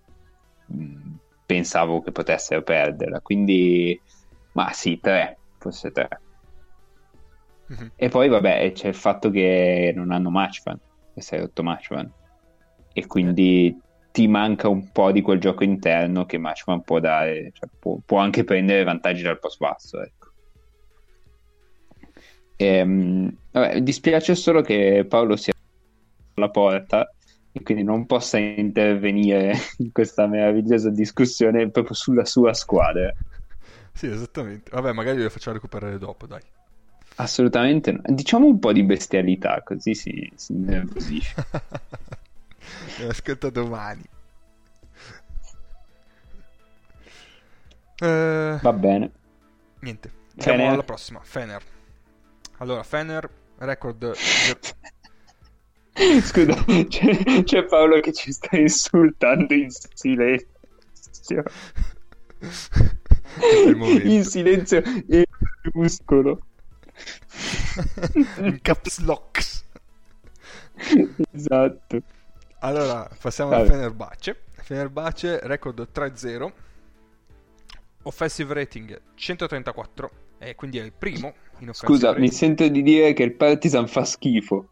pensavo che potessero perderla, quindi ma sì, 3, forse 3. Mm-hmm. E poi vabbè, c'è il fatto che non hanno Matchman, che sei rotto Matchman, e quindi ti manca un po' di quel gioco interno che Matchman può dare, cioè può anche prendere vantaggi dal post basso, ecco. Vabbè, dispiace solo che Paolo sia alla porta e quindi non possa intervenire in questa meravigliosa discussione proprio sulla sua squadra. Sì, esattamente. Vabbè, magari le facciamo recuperare dopo, dai. Assolutamente no. Diciamo un po' di bestialità, così si innervosisce. Me l'ascolta domani. Va bene. Niente. Andiamo Fener. alla prossima. Fener. Allora, Fener, record... Scusa, c'è Paolo che ci sta insultando in silenzio. In silenzio e minuscolo. In caps locks. Esatto. Allora, passiamo al Fenerbahce. Fenerbahce, record 3-0. Offensive rating 134. E quindi è il primo in offensive Scusa, rating. mi sento di dire che il Partizan fa schifo.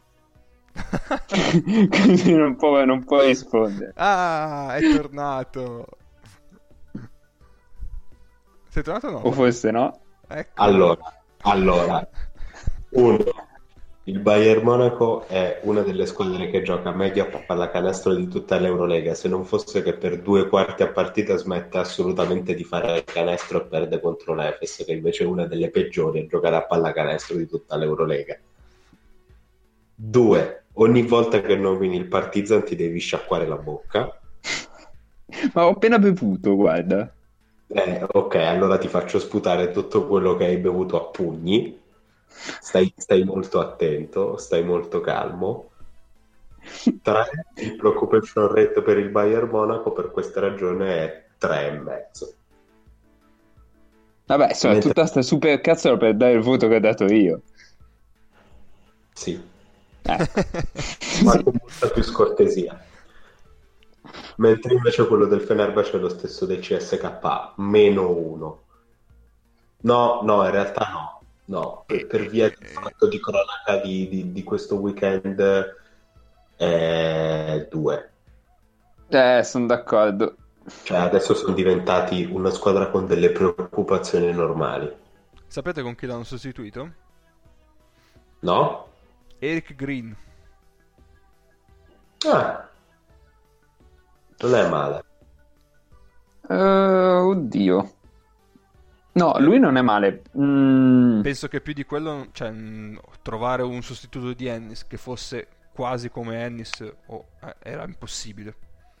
Così non può rispondere. Ah, è tornato. Sei tornato o no? O forse no? Ecco. Allora, uno, il Bayern Monaco è una delle squadre che gioca meglio a pallacanestro di tutta l'Eurolega, se non fosse che per 2 quarti a partita smette assolutamente di fare canestro e perde contro l'Efes, che invece è una delle peggiori a giocare a pallacanestro di tutta l'Eurolega. 2, ogni volta che nomini il Partizan ti devi sciacquare la bocca. Ma ho appena bevuto, guarda. Ok, allora ti faccio sputare tutto quello che hai bevuto a pugni. Stai molto attento, stai molto calmo. 3, il preoccupation rate per il Bayern Monaco per questa ragione è 3,5. Vabbè, insomma, tutta sta super cazzo per dare il voto che ho dato io. Sì, Ecco. ma con molta più scortesia. Mentre invece quello del Fenerbahce è lo stesso del CSKA, -1. No, in realtà no. No, per via del fatto di cronaca di questo weekend è 2. Sono d'accordo. Cioè adesso sono diventati una squadra con delle preoccupazioni normali. Sapete con chi l'hanno sostituito? No? Eric Green. Ah, non è male. Oddio. No, lui non è male. Penso che più di quello, cioè, trovare un sostituto di Ennis che fosse quasi come Ennis era impossibile.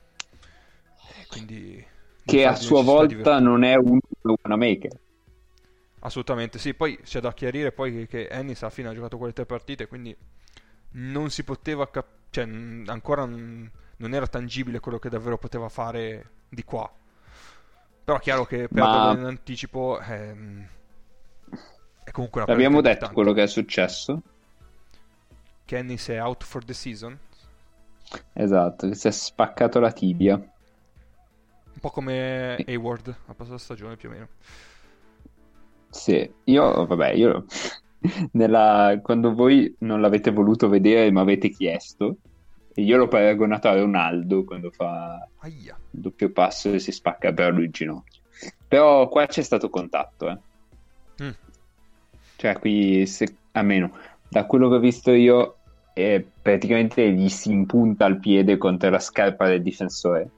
Quindi che a sua volta non è un Wanamaker. Assolutamente sì. Poi c'è da chiarire poi che Ennis alla fine ha giocato quelle 3 partite, quindi non si poteva cioè ancora non era tangibile quello che davvero poteva fare di qua. Però è chiaro che perderlo in anticipo è comunque una L'abbiamo detto importante. quello che è successo? Che Ennis è out for the season. Esatto, che si è spaccato la tibia. Un po' come Hayward a passata stagione più o meno. Sì, io quando voi non l'avete voluto vedere ma avete chiesto, Io l'ho paragonato a Ronaldo quando fa Aia. il doppio passo e si spacca per lui il ginocchio. Però qua c'è stato contatto, Mm. Cioè qui, almeno da quello che ho visto io, praticamente gli si impunta il piede contro la scarpa del difensore.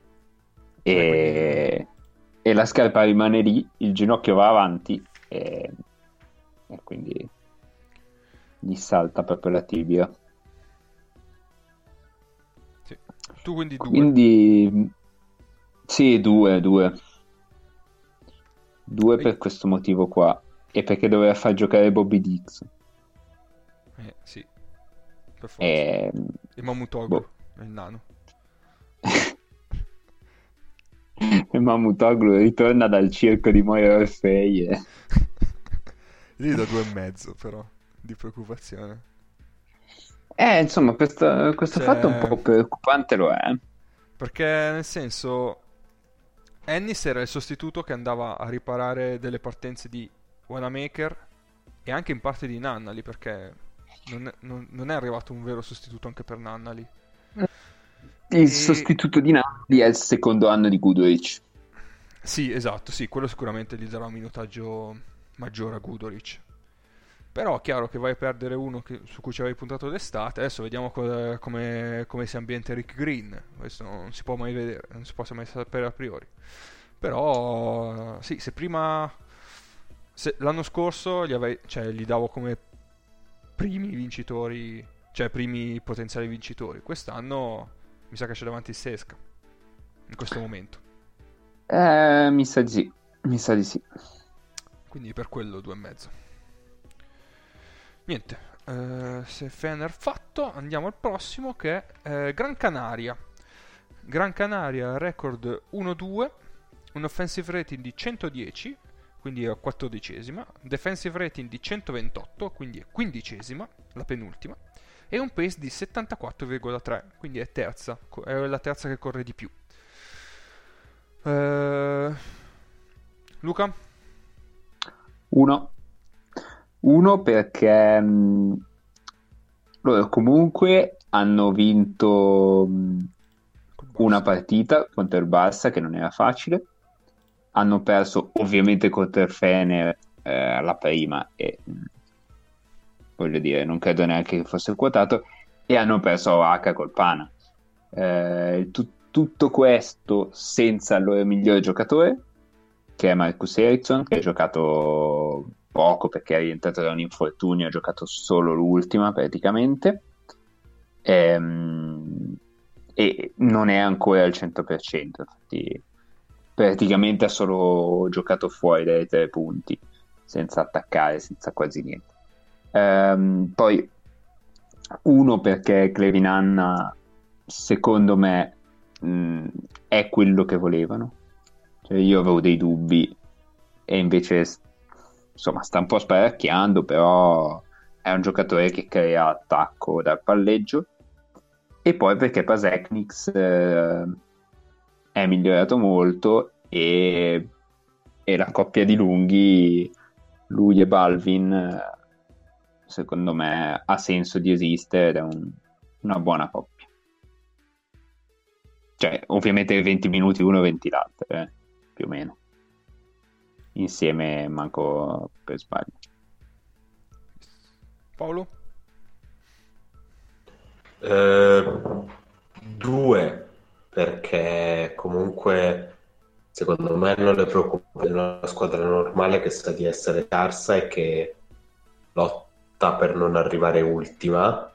Quindi E la scarpa rimane lì, il ginocchio va avanti e quindi gli salta proprio la tibia. sì. Tu quindi 2. Quindi sì, due per questo motivo qua e perché doveva far giocare Bobby Dixon. Sì, per forza. E E Mamutoglu, boh. è il nano. E Mamutoglu ritorna dal circo di Moira Orfei Lì da 2,5 però, di preoccupazione. insomma questo Cioè, fatto un po' preoccupante lo è. perché nel senso, Ennis era il sostituto che andava a riparare delle partenze di Wanamaker e anche in parte di Nannali, perché non è arrivato un vero sostituto anche per Nannali. Il sostituto di Napoli è il secondo anno di Guduric. Sì, esatto, sì, quello sicuramente gli darà un minutaggio maggiore a Guduric. Però è chiaro che vai a perdere uno su cui ci avevi puntato d'estate. Adesso vediamo come si ambienta Rick Green. Questo non si può mai vedere, non si può mai sapere a priori. Però sì, se prima l'anno scorso gli davo come primi vincitori, cioè primi potenziali vincitori. Quest'anno mi sa che c'è davanti il Sesca in questo momento. Mi sa di sì. Mi sa di sì. Quindi per quello 2,5. Niente, se Fener fatto, andiamo al prossimo che è Gran Canaria. Gran Canaria record 1-2, un offensive rating di 110, quindi è 14esima, defensive rating di 128, quindi è 15esima, la penultima, e un pace di 74,3, quindi è terza, è la terza che corre di più. Luca? Uno perché loro comunque hanno vinto una partita contro il Barça che non era facile, hanno perso ovviamente contro il Fener la prima e voglio dire non credo neanche che fosse quotato, e hanno perso a H col Pana. Tutto questo senza il loro migliore giocatore, che è Marcus Ericsson, che ha giocato poco perché è rientrato da un infortunio, ha giocato solo l'ultima praticamente, e non è ancora al 100%, infatti praticamente ha solo giocato fuori dai 3 punti, senza attaccare, senza quasi niente. Poi uno perché Clevin Hanna secondo me è quello che volevano, cioè io avevo dei dubbi e invece insomma sta un po' sparacchiando, però è un giocatore che crea attacco dal palleggio. E poi perché Pasecniks è migliorato molto e la coppia di lunghi, lui e Balvin, secondo me ha senso di esistere ed è una buona coppia. Cioè, ovviamente 20 minuti uno, 20 l'altro, più o meno. Insieme manco per sbaglio. Paolo? 2, perché comunque secondo me non le preoccupa di una squadra normale che sa di essere scarsa e che lotta per non arrivare ultima,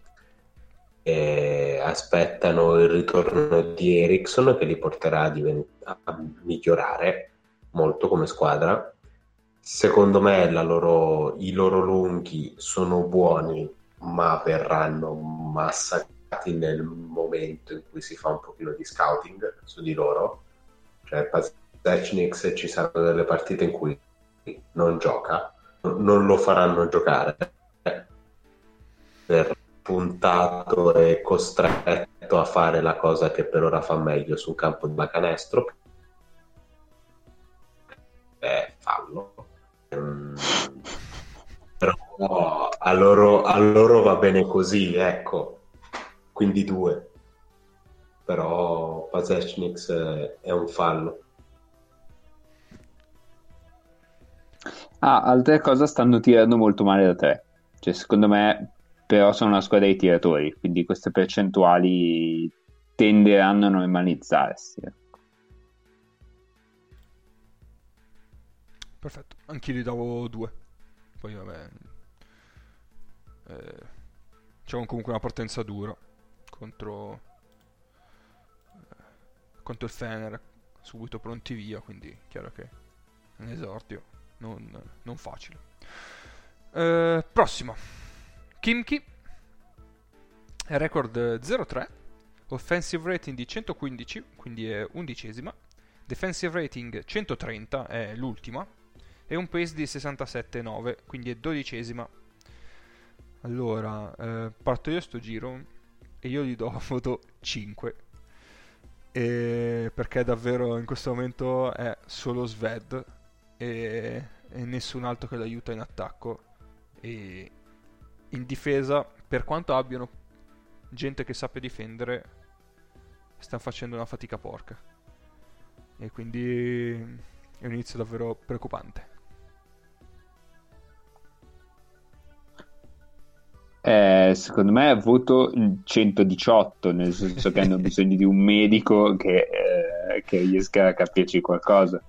e aspettano il ritorno di Ericsson che li porterà a migliorare molto come squadra. Secondo me i loro lunghi sono buoni, ma verranno massacrati nel momento in cui si fa un pochino di scouting su di loro. Cioè Pasecniks, ci saranno delle partite in cui non gioca, non lo faranno giocare, per puntato e costretto a fare la cosa che per ora fa meglio sul campo da canestro, fallo. Però a loro va bene così, ecco. quindi 2. Però Pasechniks è un fallo. Altre cose stanno tirando molto male da 3. Cioè, secondo me, però sono una squadra di tiratori, quindi queste percentuali tenderanno a normalizzarsi. Perfetto, anch'io gli davo 2. Poi vabbè, c'è comunque una partenza dura contro il Fener, subito pronti via, quindi chiaro che è un esordio non facile. Prossimo, Kimchi, record 0-3, offensive rating di 115, quindi è 11esima, defensive rating 130, è l'ultima, e un pace di 67,9, quindi è 12esima. Allora, parto io sto giro e io gli do voto 5, perché davvero in questo momento è solo Sved e nessun altro che l'aiuta in attacco, e in difesa, per quanto abbiano gente che sappia difendere, stanno facendo una fatica porca, e quindi è un inizio davvero preoccupante. Secondo me voto il 118, nel senso che hanno bisogno di un medico che riesca a capirci qualcosa.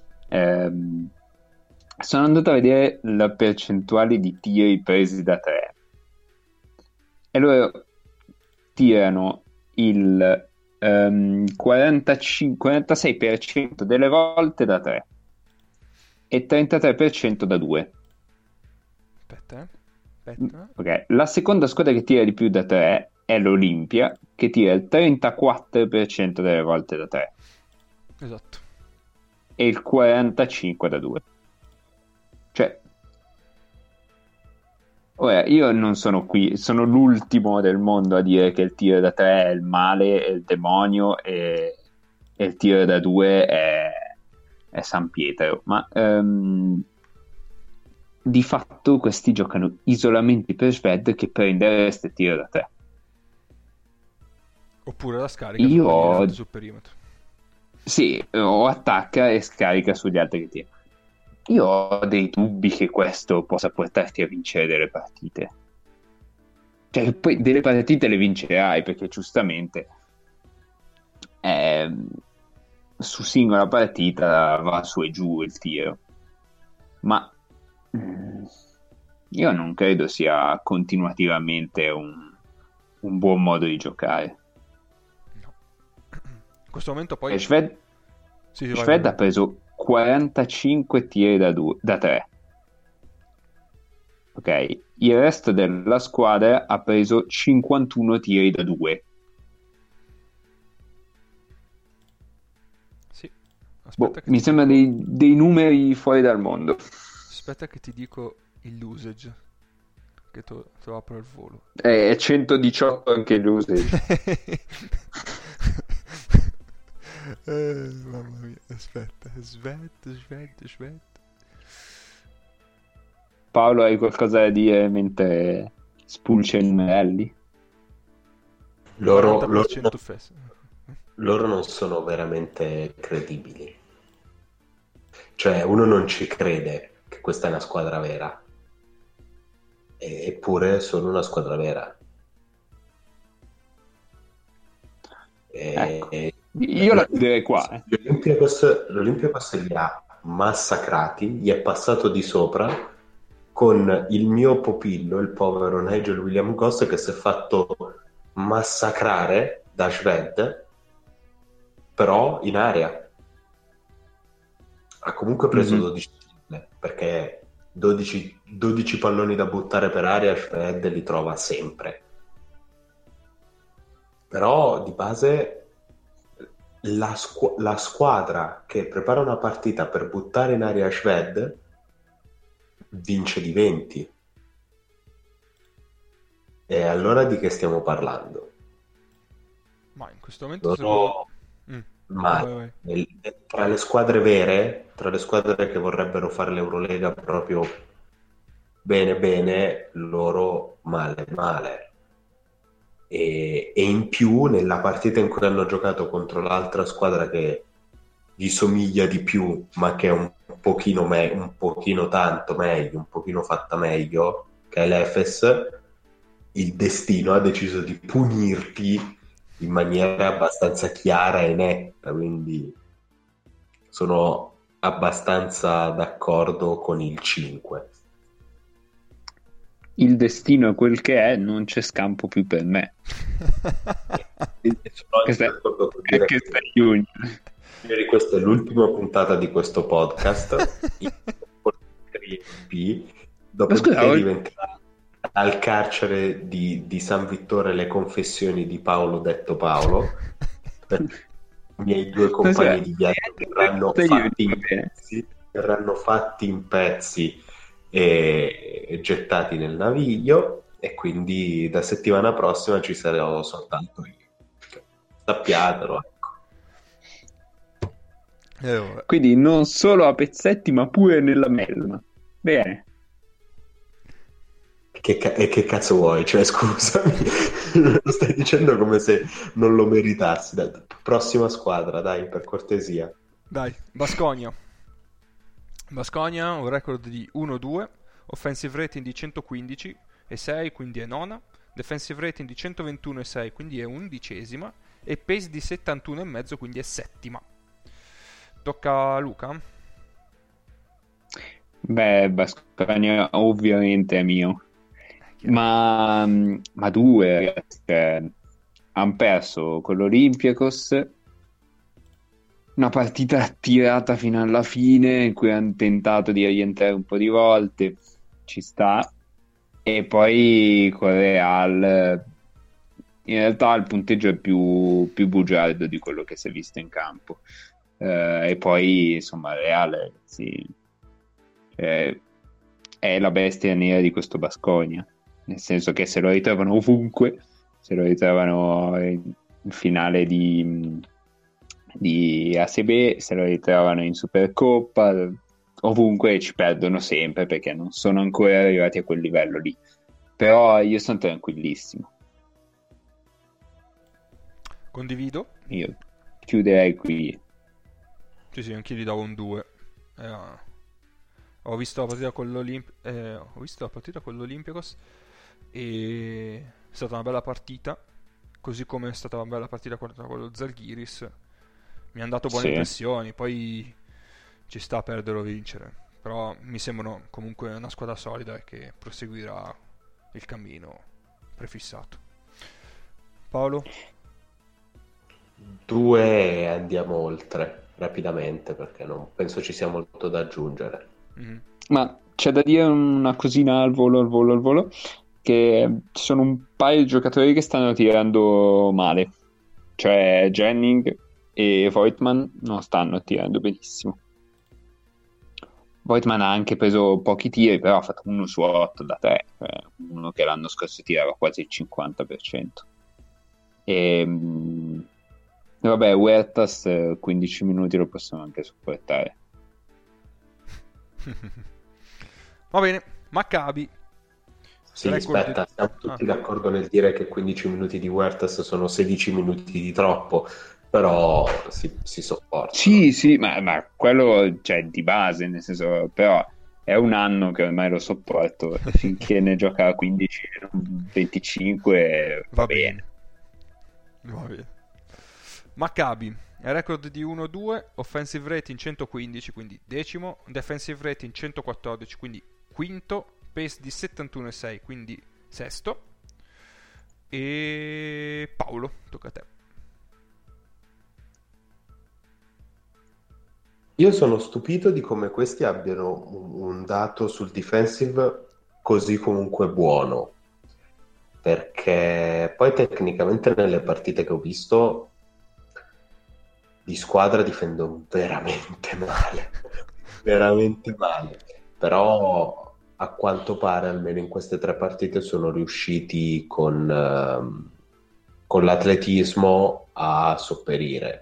Sono andato a vedere la percentuale di tiri presi da 3 e loro tirano il 46% delle volte da 3 e 33% da 2. Aspetta. Okay. La seconda squadra che tira di più da 3 è l'Olimpia, che tira il 34% delle volte da 3. Esatto. E il 45% da 2. Cioè, ora, io non sono qui, sono l'ultimo del mondo a dire che il tiro da 3 è il male, è il demonio, e il tiro da 2 è San Pietro, ma di fatto questi giocano isolamenti per Sved che prende resta e tiro da 3. Oppure la scarica sul perimetro. Sì, o attacca e scarica sugli altri che tira. Io ho dei dubbi che questo possa portarti a vincere delle partite. Cioè, poi delle partite le vincerai, perché giustamente su singola partita va su e giù il tiro. Ma io non credo sia continuativamente un buon modo di giocare. No. In questo momento poi Sved ha preso 45 tiri da 3. Ok, il resto della squadra ha preso 51 tiri da 2. Sì. Aspetta che mi sembra dei numeri fuori dal mondo. Aspetta che ti dico il usage, che te lo apro al volo. È 118 anche l'usage. Mamma mia, aspetta, Sved. Paolo, hai qualcosa da dire mentre spulcia i numerelli? Loro non sono veramente credibili. Cioè, uno non ci crede che questa è una squadra vera, eppure sono una squadra vera. Ecco. Io la direi qua. L'Olympiakos li ha massacrati, gli è passato di sopra con il mio pupillo, il povero Nigel Williams-Goss, che si è fatto massacrare da Sved, però in area. Ha comunque preso 12 kill, perché 12 palloni da buttare per aria Sved li trova sempre. Però di base la squadra che prepara una partita per buttare in aria Sved vince di 20. E allora di che stiamo parlando? Ma in questo momento vai. Tra le squadre vere, tra le squadre che vorrebbero fare l'Eurolega proprio bene, loro male. e in più nella partita in cui hanno giocato contro l'altra squadra che gli somiglia di più, ma che è un pochino, un pochino tanto meglio, un pochino fatta meglio, che è l'Efes, il destino ha deciso di punirti in maniera abbastanza chiara e netta, quindi sono abbastanza d'accordo con il 5. Il destino è quel che è, non c'è scampo più per me. Questa è l'ultima puntata di questo podcast. Dopodiché diventerà al carcere di San Vittore le confessioni di Paolo detto Paolo. I miei due compagni di viaggio verranno fatti in pezzi e gettati nel naviglio, e quindi da settimana prossima ci sarò soltanto io. Sappiatelo, ecco. Quindi non solo a pezzetti ma pure nella melma. Bene. Che cazzo vuoi? Cioè, scusami, lo stai dicendo come se non lo meritassi. Dai, prossima squadra, dai, per cortesia. Dai, Baskonia, un record di 1-2, offensive rating di 115,6, quindi è nona, defensive rating di 121,6, quindi è 11ª, e pace di 71,5, quindi è settima. Tocca a Luca? Beh, Baskonia ovviamente è mio. Ma due, ragazzi, hanno perso con l'Olympiakos, una partita tirata fino alla fine in cui hanno tentato di rientrare un po' di volte, ci sta, e poi con Real in realtà il punteggio è più bugiardo di quello che si è visto in campo, e poi insomma Real, ragazzi, è la bestia nera di questo Baskonia, nel senso che se lo ritrovano ovunque, se lo ritrovano in finale di ACB, se lo ritrovano in Supercoppa, ovunque ci perdono sempre perché non sono ancora arrivati a quel livello lì, però io sono tranquillissimo. Condivido. Io chiuderei qui. Sì, anch'io gli davo un 2. Ho visto la partita con l'Olympiakos e è stata una bella partita, così come è stata una bella partita con lo Zalgiris. Mi hanno dato buone impressioni, poi ci sta a perdere o vincere, però mi sembrano comunque una squadra solida e che proseguirà il cammino prefissato. Paolo? 2, andiamo oltre rapidamente perché non penso ci sia molto da aggiungere. Mm-hmm. Ma c'è da dire una cosina al volo, che ci sono un paio di giocatori che stanno tirando male, cioè Jennings e Voigtman non stanno tirando benissimo. Voigtman ha anche preso pochi tiri, però ha fatto 1 su 8 da 3, uno che l'anno scorso tirava quasi il 50%. E vabbè, Huertas 15 minuti lo possono anche sopportare. Va bene, Maccabi. Sì, aspetta, siamo tutti d'accordo nel dire che 15 minuti di Huertas sono 16 minuti di troppo, però si sopporta. Sì, ma quello, cioè, di base, nel senso, però è un anno che ormai lo sopporto, finché ne gioca 15, 25 va bene. Maccabi, record di 1-2, offensive rating 115, quindi decimo, defensive rating 114, quindi quinto, pace di 71,6, quindi sesto. E Paolo, tocca a te. Io sono stupito di come questi abbiano un dato sul defensive così comunque buono, perché poi tecnicamente nelle partite che ho visto di squadra difendono veramente male, però a quanto pare almeno in queste 3 partite sono riusciti con l'atletismo a sopperire.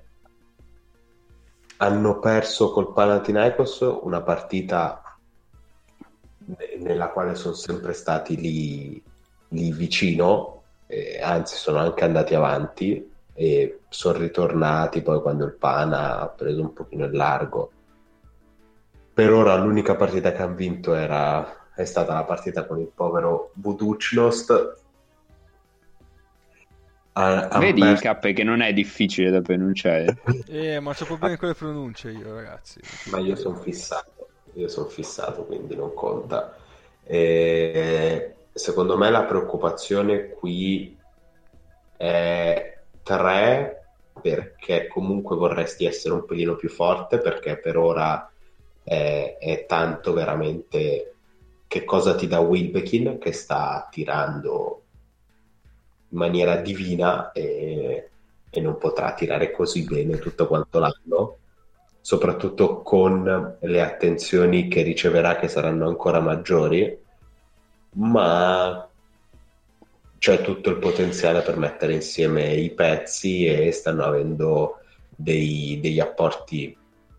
Hanno perso col Panathinaikos una partita nella quale sono sempre stati lì vicino, anzi sono anche andati avanti e sono ritornati poi quando il Pana ha preso un pochino il largo. Per ora l'unica partita che hanno vinto è stata la partita con il povero Budućnost. Vedi il K che non è difficile da pronunciare. Ma c'ho problemi con le pronunce io, ragazzi. Ma io sono fissato, quindi non conta. Secondo me la preoccupazione qui è 3, perché comunque vorresti essere un pelino più forte, perché per ora è tanto veramente che cosa ti dà Wilbekin, che sta tirando in maniera divina e non potrà tirare così bene tutto quanto l'anno, soprattutto con le attenzioni che riceverà, che saranno ancora maggiori, ma c'è tutto il potenziale per mettere insieme i pezzi e stanno avendo degli apporti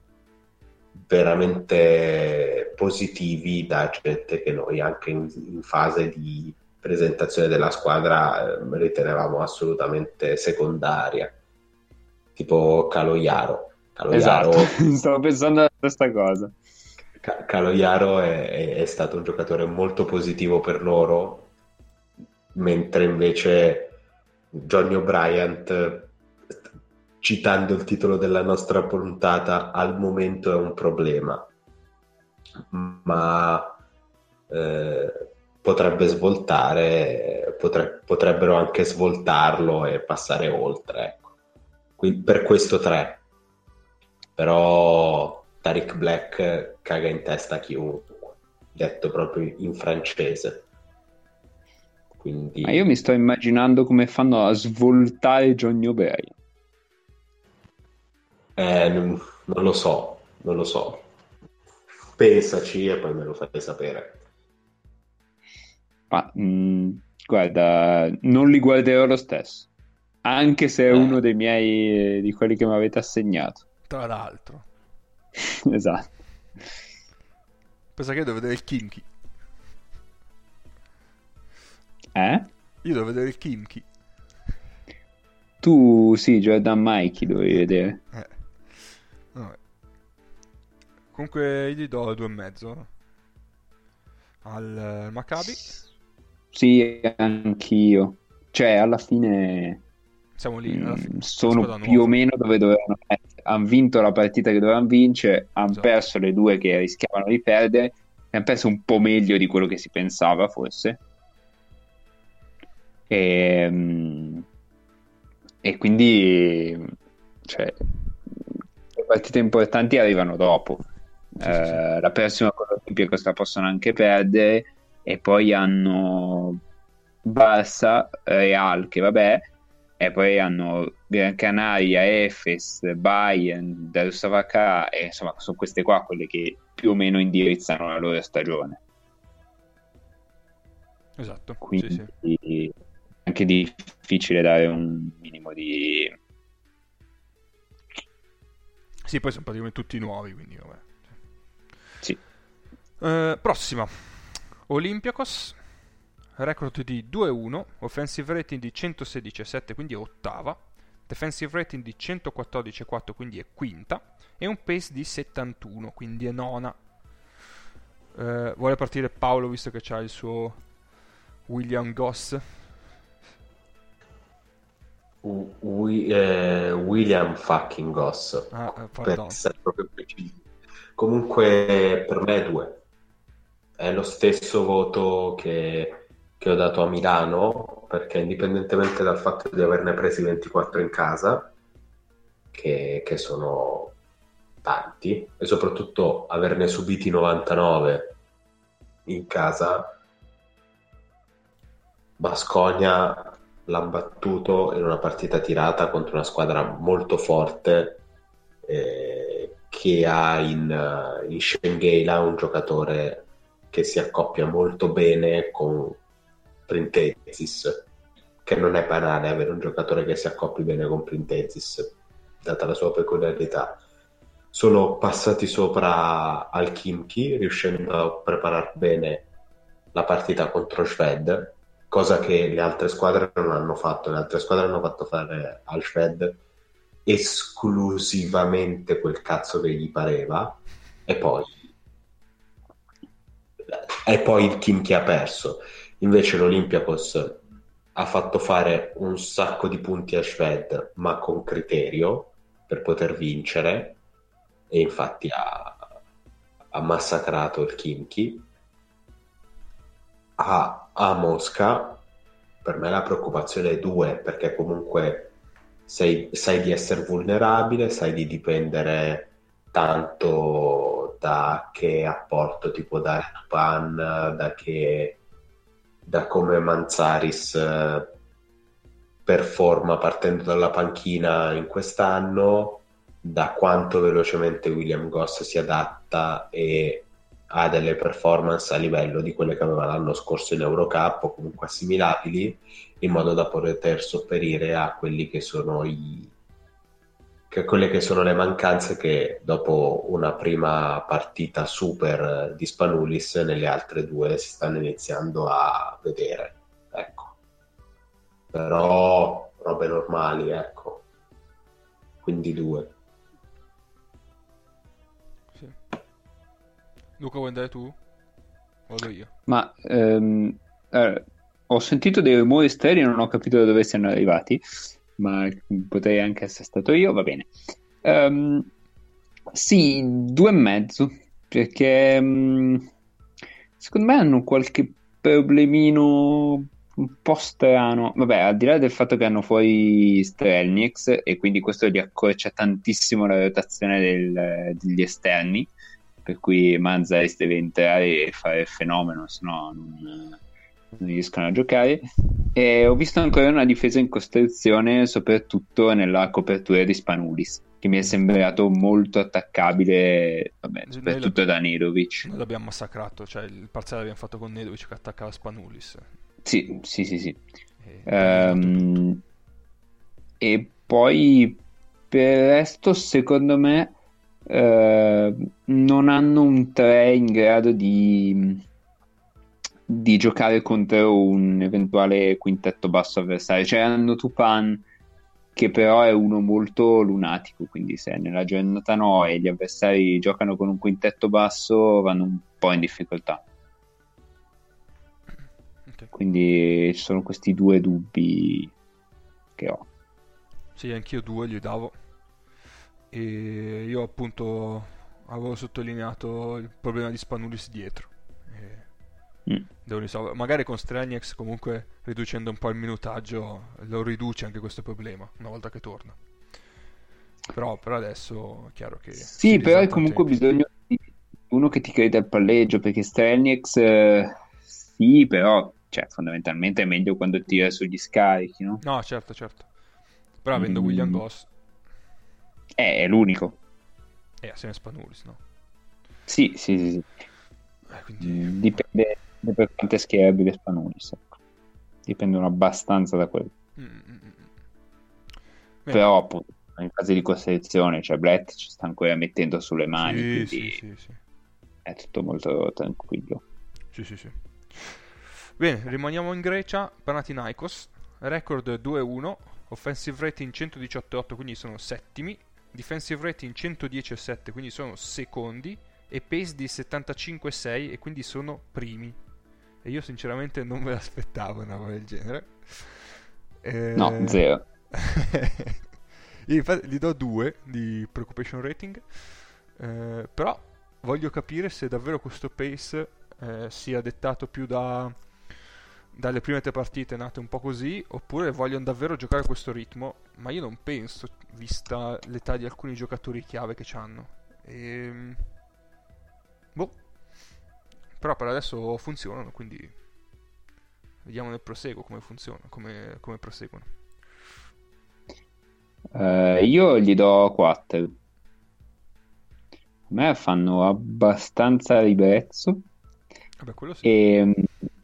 veramente positivi da gente che noi anche in fase di presentazione della squadra ritenevamo assolutamente secondaria, tipo Caloiaro. Esatto, stavo pensando alla stessa cosa. Caloiaro è stato un giocatore molto positivo per loro, mentre invece Johnny O'Brien, citando il titolo della nostra puntata, al momento è un problema, ma potrebbe svoltare, potrebbero anche svoltarlo e passare oltre, ecco. Quindi per questo 3, però Tariq Black caga in testa chiunque, detto proprio in francese. Quindi... Ma io mi sto immaginando come fanno a svoltare Johnny O'Brien. Non lo so. Pensaci e poi me lo fai sapere. Ma guarda, non li guarderò lo stesso, anche se è uno dei miei, di quelli che mi avete assegnato. Tra l'altro. Esatto. Pensa che io devo vedere il Kimchi. Io devo vedere il Kimchi. Tu sì, Jordan Mikey dovevi vedere. Vabbè. Comunque io gli do 2,5 al Maccabi. Sì, anch'io. Cioè, alla fine siamo lì. Alla fine. Sono più o meno dove dovevano essere. Hanno vinto la partita che dovevano vincere, hanno perso le 2 che rischiavano di perdere, e hanno perso un po' meglio di quello che si pensava, forse. E quindi, cioè, le partite importanti arrivano dopo. Sì. La prossima con l'Olimpiakos la possono anche perdere, e poi hanno Barça, Real, che vabbè, e poi hanno Gran Canaria, Efes, Bayern, Darussafaka, e insomma sono queste qua quelle che più o meno indirizzano la loro stagione. Esatto. Quindi è anche difficile dare un minimo di... Sì, poi sono praticamente tutti nuovi, quindi vabbè. Sì. Prossima. Olympiakos, record di 2-1, offensive rating di 116,7, quindi è ottava, defensive rating di 114,4, quindi è quinta, e un pace di 71, quindi è nona. Vuole partire Paolo, visto che c'ha il suo William Goss? William fucking Goss, per essere proprio preciso. Comunque per me è 2. È lo stesso voto che ho dato a Milano, perché indipendentemente dal fatto di averne presi 24 in casa, che sono tanti, e soprattutto averne subiti 99 in casa, Baskonia l'ha battuto in una partita tirata contro una squadra molto forte, che ha in Schengeila un giocatore che si accoppia molto bene con Printezis, che non è banale avere un giocatore che si accoppi bene con Printezis, data la sua peculiarità. Sono passati sopra al Khimki, riuscendo a preparare bene la partita contro Shved, cosa che le altre squadre non hanno fatto. Le altre squadre hanno fatto fare al Shved esclusivamente quel cazzo che gli pareva, e poi il team che ha perso. Invece l'Olympiakos ha fatto fare un sacco di punti a Shved, ma con criterio, per poter vincere, e infatti ha massacrato il Khimki. A Mosca per me la preoccupazione è due, perché comunque sai di essere vulnerabile, sai di dipendere tanto da che apporto ti può dare Tupan, da come Manzaris performa partendo dalla panchina in quest'anno, da quanto velocemente William Goss si adatta e ha delle performance a livello di quelle che aveva l'anno scorso in Eurocup o comunque assimilabili, in modo da poter sopperire a quelli che sono quelle che sono le mancanze che dopo una prima partita super di Spanulis nelle altre due si stanno iniziando a vedere, ecco. Però robe normali, ecco. Quindi 2. Sì. Luca, vuoi andare tu? Vado io. Ma ho sentito dei rumori esterni e non ho capito da dove siano arrivati, ma potrei anche essere stato io, va bene. Sì, 2,5, perché secondo me hanno qualche problemino un po' strano. Vabbè, al di là del fatto che hanno fuori Strelnieks e quindi questo gli accorcia tantissimo la rotazione degli esterni, per cui Manzaris deve entrare e fare il fenomeno, se no non riescono a giocare. E ho visto ancora una difesa in costruzione, soprattutto nella copertura di Spanulis, che mi è sembrato molto attaccabile, vabbè, soprattutto da Nedovic. Noi l'abbiamo massacrato, cioè il parziale l'abbiamo fatto con Nedovic che attaccava Spanulis. Sì. E poi per il resto, secondo me, non hanno un 3 in grado di giocare contro un eventuale quintetto basso avversario. Cioè hanno Tupan, che però è uno molto lunatico, quindi se nella giornata no e gli avversari giocano con un quintetto basso vanno un po' in difficoltà. Okay. Quindi ci sono questi 2 dubbi che ho. Sì, anch'io 2 gli davo. E io appunto avevo sottolineato il problema di Spanulis dietro. Devo risolvere. Magari con Strelnieks, comunque riducendo un po' il minutaggio, lo riduce anche questo problema una volta che torna. Però per adesso è chiaro che sì, però hai comunque bisogno di uno che ti creda il palleggio, perché Strelnieks sì, però cioè, fondamentalmente è meglio quando tira sugli scarichi, no? No, certo. Però avendo William Goss è l'unico. Assieme a Spanulis, no? Sì. Quindi dipende per quanto è schierabile Spanulis, ecco. Dipendono abbastanza da quello. Però appunto in fase di costruzione, cioè Brett ci sta ancora mettendo sulle mani, sì. È tutto molto tranquillo. Sì. Bene, rimaniamo in Grecia. Panathinaikos, record 2-1, offensive rating 118,8, quindi sono settimi, defensive rating 110,7, quindi sono secondi, e pace di 75,6 e quindi sono primi. E io sinceramente non me l'aspettavo una roba del genere. No, 0. Infatti gli do 2 di preoccupation rating, però voglio capire se davvero questo pace sia dettato più dalle prime 3 partite nate un po' così, oppure vogliono davvero giocare a questo ritmo, ma io non penso, vista l'età di alcuni giocatori chiave che hanno. Però per adesso funzionano, quindi vediamo nel proseguo come funziona, come proseguono. Io gli do 4. A me fanno abbastanza ribrezzo. Vabbè, quello sì. E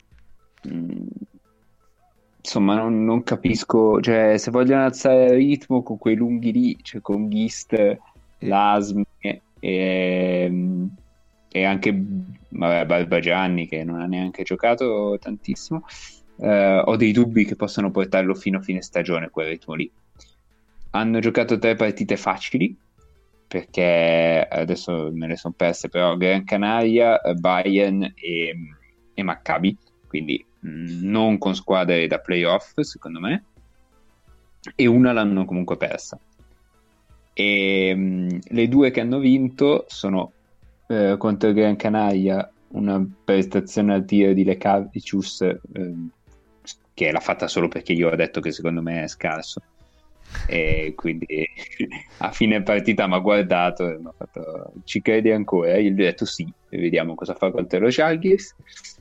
insomma non capisco, cioè se vogliono alzare il ritmo con quei lunghi lì, cioè con Gist, Lasme e anche Barbagianni, che non ha neanche giocato tantissimo, ho dei dubbi che possano portarlo fino a fine stagione quel ritmo lì. Hanno giocato 3 partite facili, perché adesso me le sono perse, però Gran Canaria, Bayern e Maccabi, quindi non con squadre da playoff secondo me, e una l'hanno comunque persa. E le 2 che hanno vinto sono contro Gran Canaria una prestazione al tiro di Lekavicius che l'ha fatta solo perché io ho detto che secondo me è scarso, e quindi a fine partita mi ha guardato e mi ha fatto: ci credi ancora? Io gli ho detto sì, e vediamo cosa fa contro lo Žalgiris.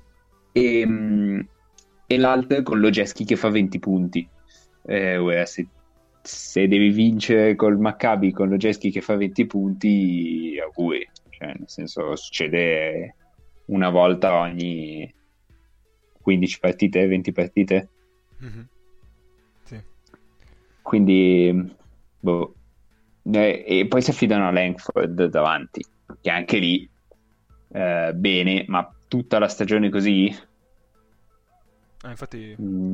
E l'altro con Lojeski che fa 20 punti. Ora se devi vincere col Maccabi con Lojeski che fa 20 punti, auguri, cioè nel senso succede una volta ogni 15 partite, 20 partite. Mhm. Sì. Quindi boh. E poi si affidano a Langford davanti, che anche lì bene, ma tutta la stagione così Infatti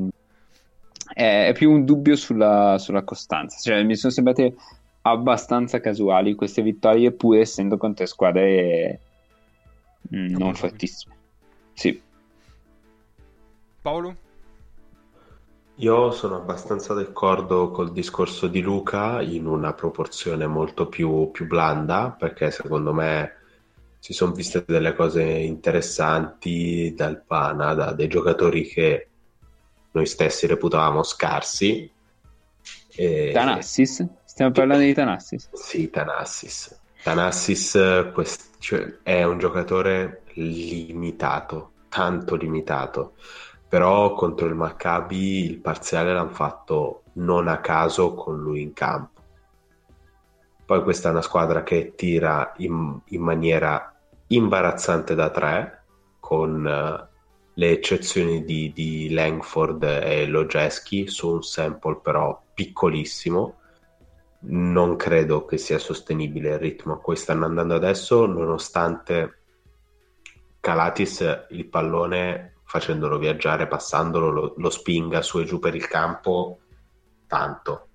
è più un dubbio sulla costanza. Cioè, mi sono sembrate abbastanza casuali queste vittorie, pur essendo contro squadre non probabili. fortissime. Sì. Paolo? Io sono abbastanza d'accordo col discorso di Luca in una proporzione molto più blanda, perché secondo me si sono viste delle cose interessanti dal Pana, da dei giocatori che noi stessi reputavamo scarsi. Thanasis? Stiamo parlando di Thanasis? Sì, Thanasis. Thanasis cioè, è un giocatore limitato, tanto limitato. Però contro il Maccabi il parziale l'hanno fatto non a caso con lui in campo. Poi questa è una squadra che tira in maniera imbarazzante da 3, con le eccezioni di Langford e Lojeski su un sample però piccolissimo. Non credo che sia sostenibile il ritmo a cui stanno andando adesso, nonostante Calatis il pallone, facendolo viaggiare, passandolo, lo spinga su e giù per il campo tanto.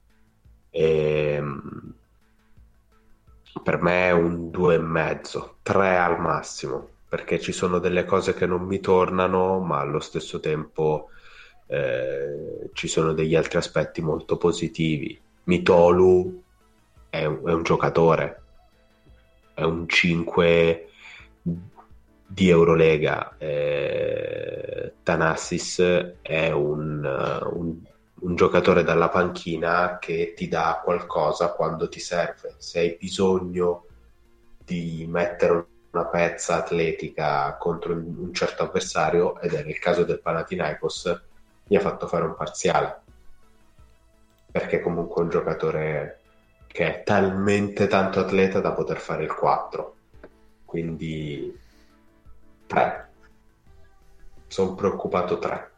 Per me è un 2,5, 3 al massimo, perché ci sono delle cose che non mi tornano, ma allo stesso tempo ci sono degli altri aspetti molto positivi. Mitolu è un giocatore, è un 5 di Eurolega. Thanasis è un giocatore dalla panchina che ti dà qualcosa quando ti serve. Se hai bisogno di mettere una pezza atletica contro un certo avversario, ed è nel caso del Panathinaikos, gli ha fatto fare un parziale, perché comunque è un giocatore che è talmente tanto atleta da poter fare il 4. Quindi 3. Sono preoccupato 3.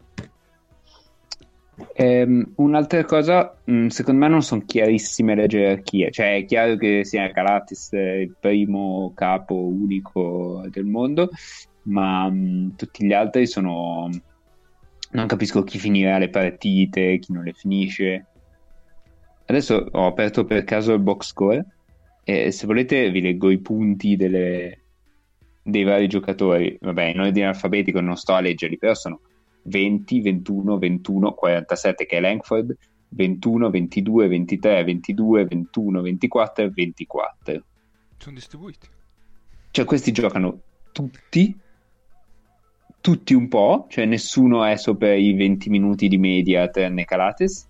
Un'altra cosa, secondo me non sono chiarissime le gerarchie. Cioè è chiaro che sia Calatis il primo capo unico del mondo, ma tutti gli altri sono... Non capisco chi finirà le partite, chi non le finisce. Adesso ho aperto per caso il box score e se volete vi leggo i punti dei vari giocatori. Vabbè, in ordine alfabetico non sto a leggerli, però sono 20, 21, 21, 47 che è Langford, 21, 22, 23, 22, 21, 24 e 24. Sono distribuiti. Cioè questi giocano tutti un po', cioè nessuno è sopra i 20 minuti di media tranne Calates,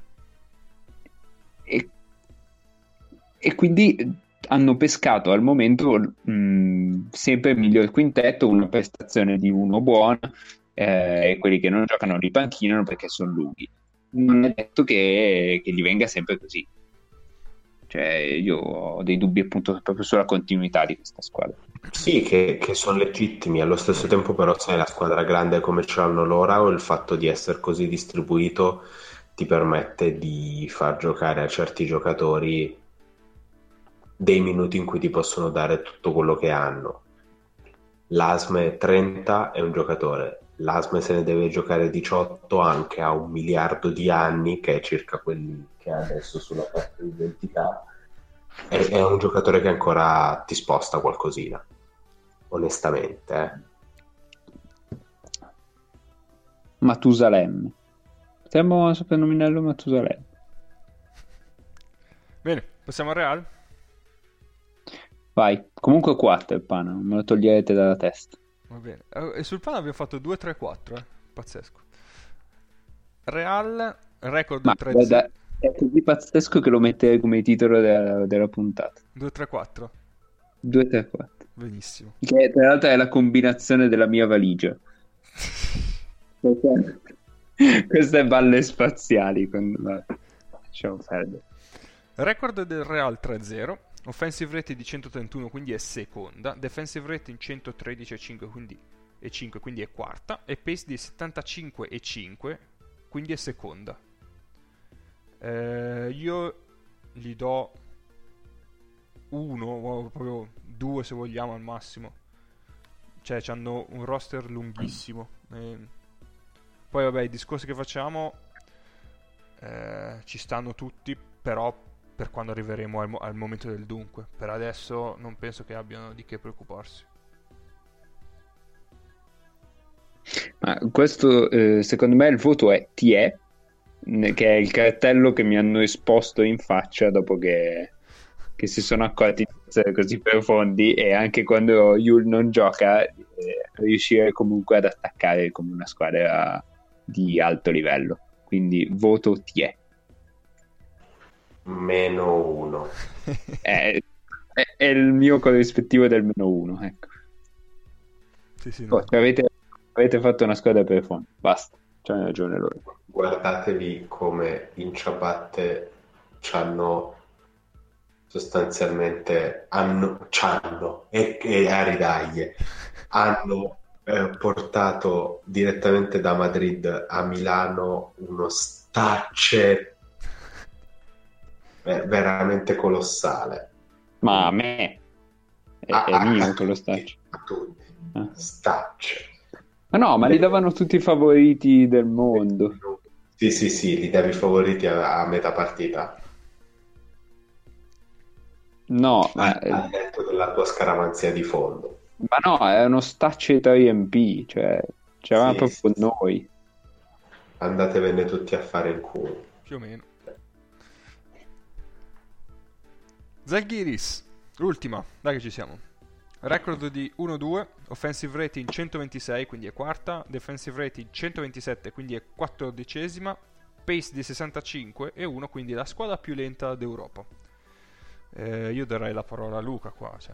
e quindi hanno pescato al momento sempre il miglior quintetto, una prestazione di uno buono, e quelli che non giocano li panchinano perché sono lunghi. Non è detto che gli venga sempre così. Cioè io ho dei dubbi appunto proprio sulla continuità di questa squadra. Sì, che sono legittimi, allo stesso tempo però sai la squadra grande come ce l'hanno loro, o il fatto di essere così distribuito ti permette di far giocare a certi giocatori dei minuti in cui ti possono dare tutto quello che hanno. L'Asme 30 è un giocatore, l'Asme se ne deve giocare 18 anche a 1 miliardo di anni, che è circa quelli che ha adesso sulla carta d'identità. È un giocatore che ancora ti sposta qualcosina, onestamente. Matusalemme. Potremmo soprannominarlo Matusalemme. Bene, passiamo al Real. Vai, comunque 4 il Pana, non me lo toglierete dalla testa. Va bene. E sul Pana abbiamo fatto 2-3-4, pazzesco. Real, record Ma 3-0. guarda, è così pazzesco che lo metterei come titolo della puntata. 2-3-4. 2-3-4. Benissimo. Che tra l'altro è la combinazione della mia valigia. Queste balle spaziali. Lasciamo perdere. Record del Real 3-0. Offensive rating di 131, quindi è seconda. Defensive rating 113,5, quindi è quarta. E pace di 75,5, quindi è seconda. Io gli do 1, proprio 2 se vogliamo al massimo. Cioè, hanno un roster lunghissimo. Poi vabbè, i discorsi che facciamo ci stanno tutti, però per quando arriveremo al momento del dunque. Per adesso non penso che abbiano di che preoccuparsi. Ma questo, secondo me, il voto è TE, che è il cartello che mi hanno esposto in faccia dopo che si sono accorti di essere così profondi, e anche quando Yul non gioca riuscire comunque ad attaccare come una squadra di alto livello. Quindi voto TE. -1. È il mio corrispettivo del -1, ecco. Sì, no. Avete fatto una squadra per fondo, basta, c'hanno ragione loro. Guardatevi come in ciabatte c'hanno sostanzialmente e a ridaglie hanno portato direttamente da Madrid a Milano uno stacce veramente colossale. Ma a me è mio quello staccio. A tutti. Stacce. Ma no, ma li davano tutti i favoriti del mondo. Sì, li davi favoriti a metà partita. No, Al netto della tua scaramanzia di fondo. Ma no, è uno staccio da IMP, cioè c'eravamo proprio noi. Andatevene tutti a fare il culo. Più o meno. Zalgiris, l'ultima, dai che ci siamo. Record di 1-2, offensive rating 126, quindi è quarta, defensive rating 127, quindi è 14esima, pace di 65 e 1, quindi la squadra più lenta d'Europa. Io darei la parola a Luca qua. Cioè.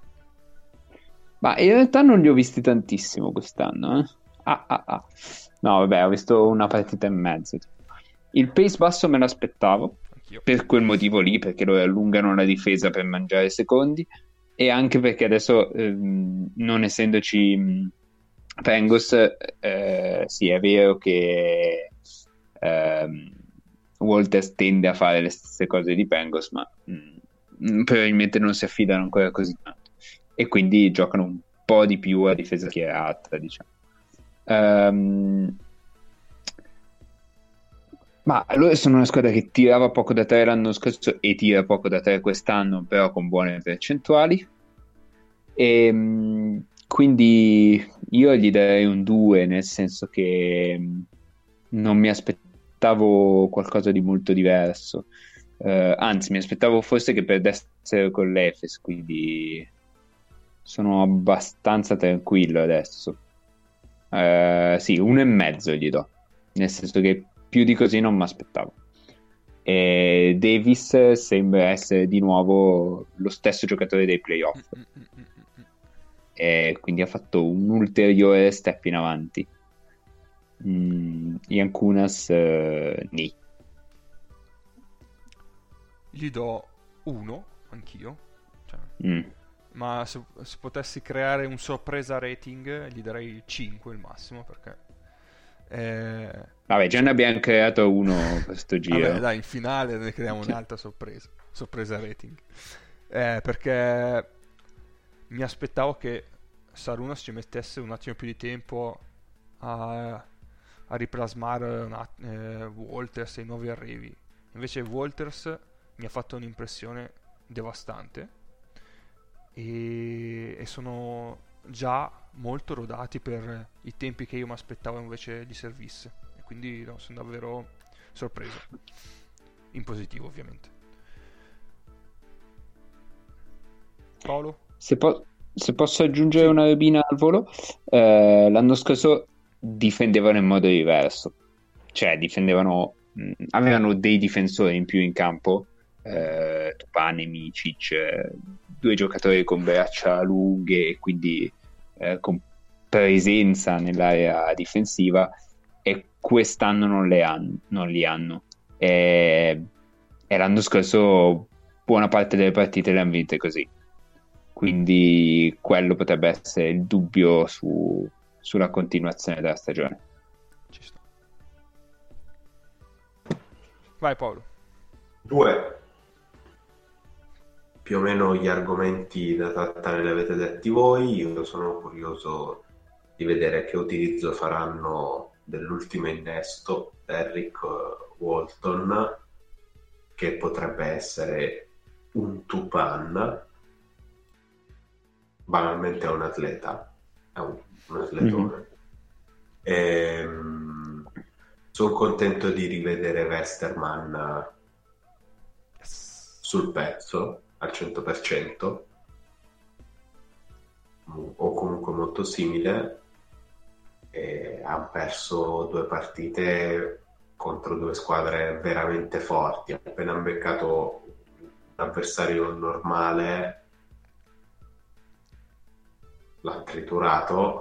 Ma in realtà non li ho visti tantissimo quest'anno. No, vabbè, ho visto una partita e mezzo. Il pace basso me l'aspettavo. Anch'io. Per quel motivo lì, perché lo allungano la difesa per mangiare secondi, e anche perché adesso non essendoci Pengos, sì, è vero che Walters tende a fare le stesse cose di Pengos, ma probabilmente non si affidano ancora così tanto, e quindi giocano un po' di più a difesa schierata, diciamo. Ma loro sono una squadra che tirava poco da 3 l'anno scorso e tira poco da 3 quest'anno, però con buone percentuali. E quindi io gli darei un 2, nel senso che non mi aspettavo qualcosa di molto diverso. Anzi, mi aspettavo forse che perdessero con l'Efes, quindi sono abbastanza tranquillo adesso. Sì, 1,5 gli do, nel senso che più di così non mi aspettavo. E Davis sembra essere di nuovo lo stesso giocatore dei playoff, e quindi ha fatto un ulteriore step in avanti. Yankunas ni. Gli do 1 anch'io, cioè, ma se potessi creare un sorpresa rating gli darei 5 il massimo, perché vabbè, già ne abbiamo creato uno questo giro. Vabbè, dai, in finale ne creiamo un'altra sorpresa rating, perché mi aspettavo che Sarunas ci mettesse un attimo più di tempo a riplasmare Walters e i nuovi arrivi. Invece Walters mi ha fatto un'impressione devastante e sono già molto rodati per i tempi che io mi aspettavo invece gli servisse, e quindi no, sono davvero sorpreso, in positivo ovviamente. Paolo? Se posso aggiungere una robina al volo, l'anno scorso difendevano in modo diverso, cioè avevano dei difensori in più in campo, Tupane, Micic, due giocatori con braccia lunghe e quindi con presenza nell'area difensiva, e quest'anno non li hanno. E l'anno scorso buona parte delle partite le hanno vinte così, quindi quello potrebbe essere il dubbio sulla continuazione della stagione. Ci sta. Vai Paolo. 2. Più o meno gli argomenti da trattare li avete detti voi. Io sono curioso di vedere che utilizzo faranno dell'ultimo innesto Derrick Walton, che potrebbe essere un Tupan. Banalmente è un atleta, è un atletone. Sono contento di rivedere Westerman sul pezzo al 100%, o comunque molto simile. Hanno perso 2 partite contro 2 squadre veramente forti. Appena hanno beccato un avversario normale l'ha triturato.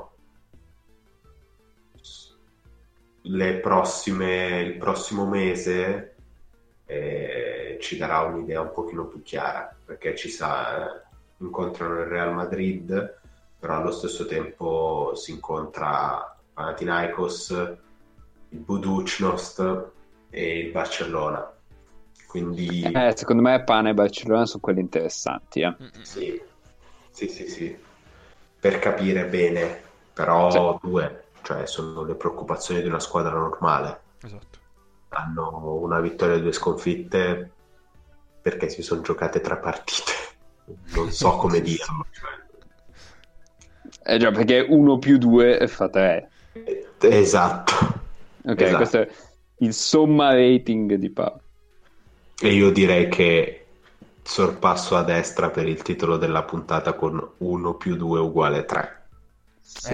Il prossimo mese ci darà un'idea un pochino più chiara, perché incontrano il Real Madrid, però allo stesso tempo si incontra Panathinaikos, il Budućnost e il Barcellona, quindi secondo me Pana e Barcellona sono quelli interessanti. sì, per capire bene, però 2, cioè sono le preoccupazioni di una squadra normale. Esatto. Hanno una vittoria e 2 sconfitte perché si sono giocate 3 partite. Non so come dirlo. Già, perché 1 più 2 fa 3. Esatto. Ok, esatto. Questo è il somma rating di Paolo. E io direi che sorpasso a destra per il titolo della puntata con 1 più 2 uguale 3. Sì.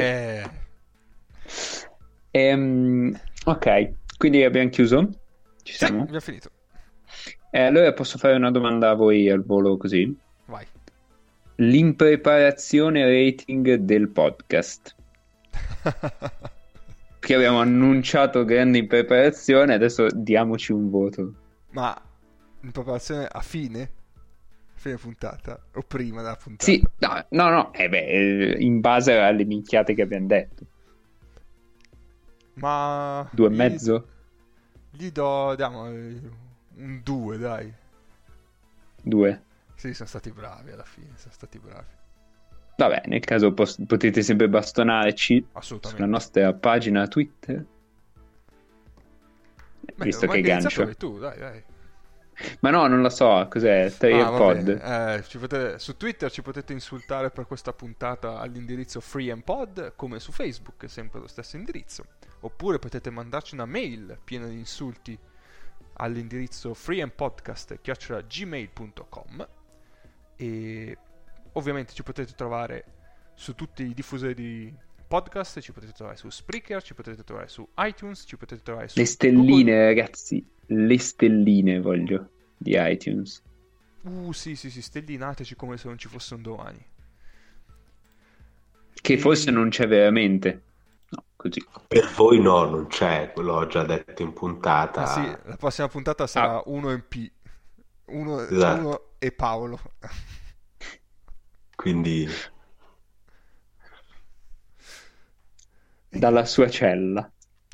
Ok, quindi abbiamo chiuso? Ci siamo? Abbiamo finito. Allora posso fare una domanda a voi al volo così? Vai. L'impreparazione rating del podcast. Che abbiamo annunciato grande impreparazione, adesso diamoci un voto. Ma in preparazione a fine puntata o prima della puntata? Sì, no, in base alle minchiate che abbiamo detto. Ma 2,5? Gli diamo un 2, dai. 2. Sì, sono stati bravi alla fine, sono stati bravi. Vabbè, nel caso potete sempre bastonarci sulla nostra pagina Twitter. Visto che gancio. Tu, dai. Ma no, non lo so, cos'è? Pod. Su Twitter ci potete insultare per questa puntata all'indirizzo FreeMPod, come su Facebook, sempre lo stesso indirizzo. Oppure potete mandarci una mail piena di insulti all'indirizzo freeandpodcast@gmail.com, e ovviamente ci potete trovare su tutti i diffusori di podcast, ci potete trovare su Spreaker, ci potete trovare su iTunes, ci potete trovare su le stelline, Google. Ragazzi, le stelline voglio di iTunes. Sì, stellinateci come se non ci fosse un domani. Che forse non c'è veramente. No, così. Per voi no, non c'è, l'ho già detto in puntata. Sì, la prossima puntata sarà uno in P. Esatto. Uno e Paolo. Quindi dalla sua cella.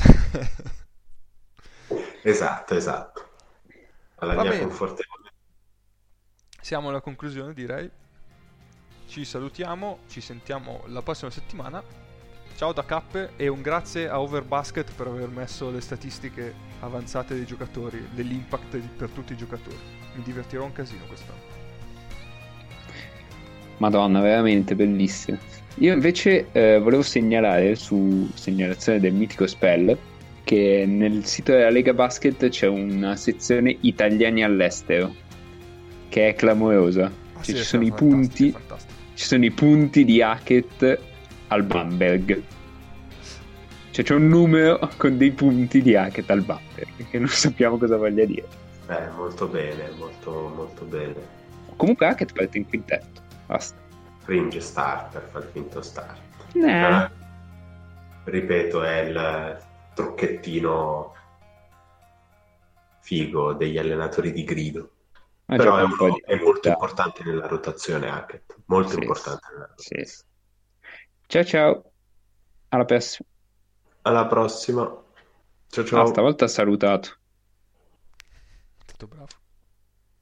Esatto. Alla Va mia bene. confortevole. Siamo alla conclusione, direi. Ci salutiamo, ci sentiamo la prossima settimana Ciao da Cappe e un grazie a Overbasket per aver messo le statistiche avanzate dei giocatori, dell'impact per tutti i giocatori. Mi divertirò un casino quest'anno. Madonna, veramente bellissimo. Io invece volevo segnalare, su segnalazione del mitico Spell, che nel sito della Lega Basket c'è una sezione italiani all'estero, che è clamorosa. Ah, Cioè, sì, ci è sono i fantastico, punti, fantastico. ci sono i punti di Hackett al Bamberg. Cioè c'è un numero con dei punti di Hackett al Bamberg, che non sappiamo cosa voglia dire. Molto bene, molto, molto bene. Comunque Hackett parte in quintetto, basta. Fringe starter, fa il finto starter. Nah. Ripeto, è il trucchettino figo degli allenatori di grido. Ma Però gioca un po' di è molto importante nella rotazione Hackett. Molto Sì, importante nella rotazione. sì. Ciao ciao, alla prossima. Alla prossima. Ciao ciao. Stavolta ha salutato. Tutto bravo.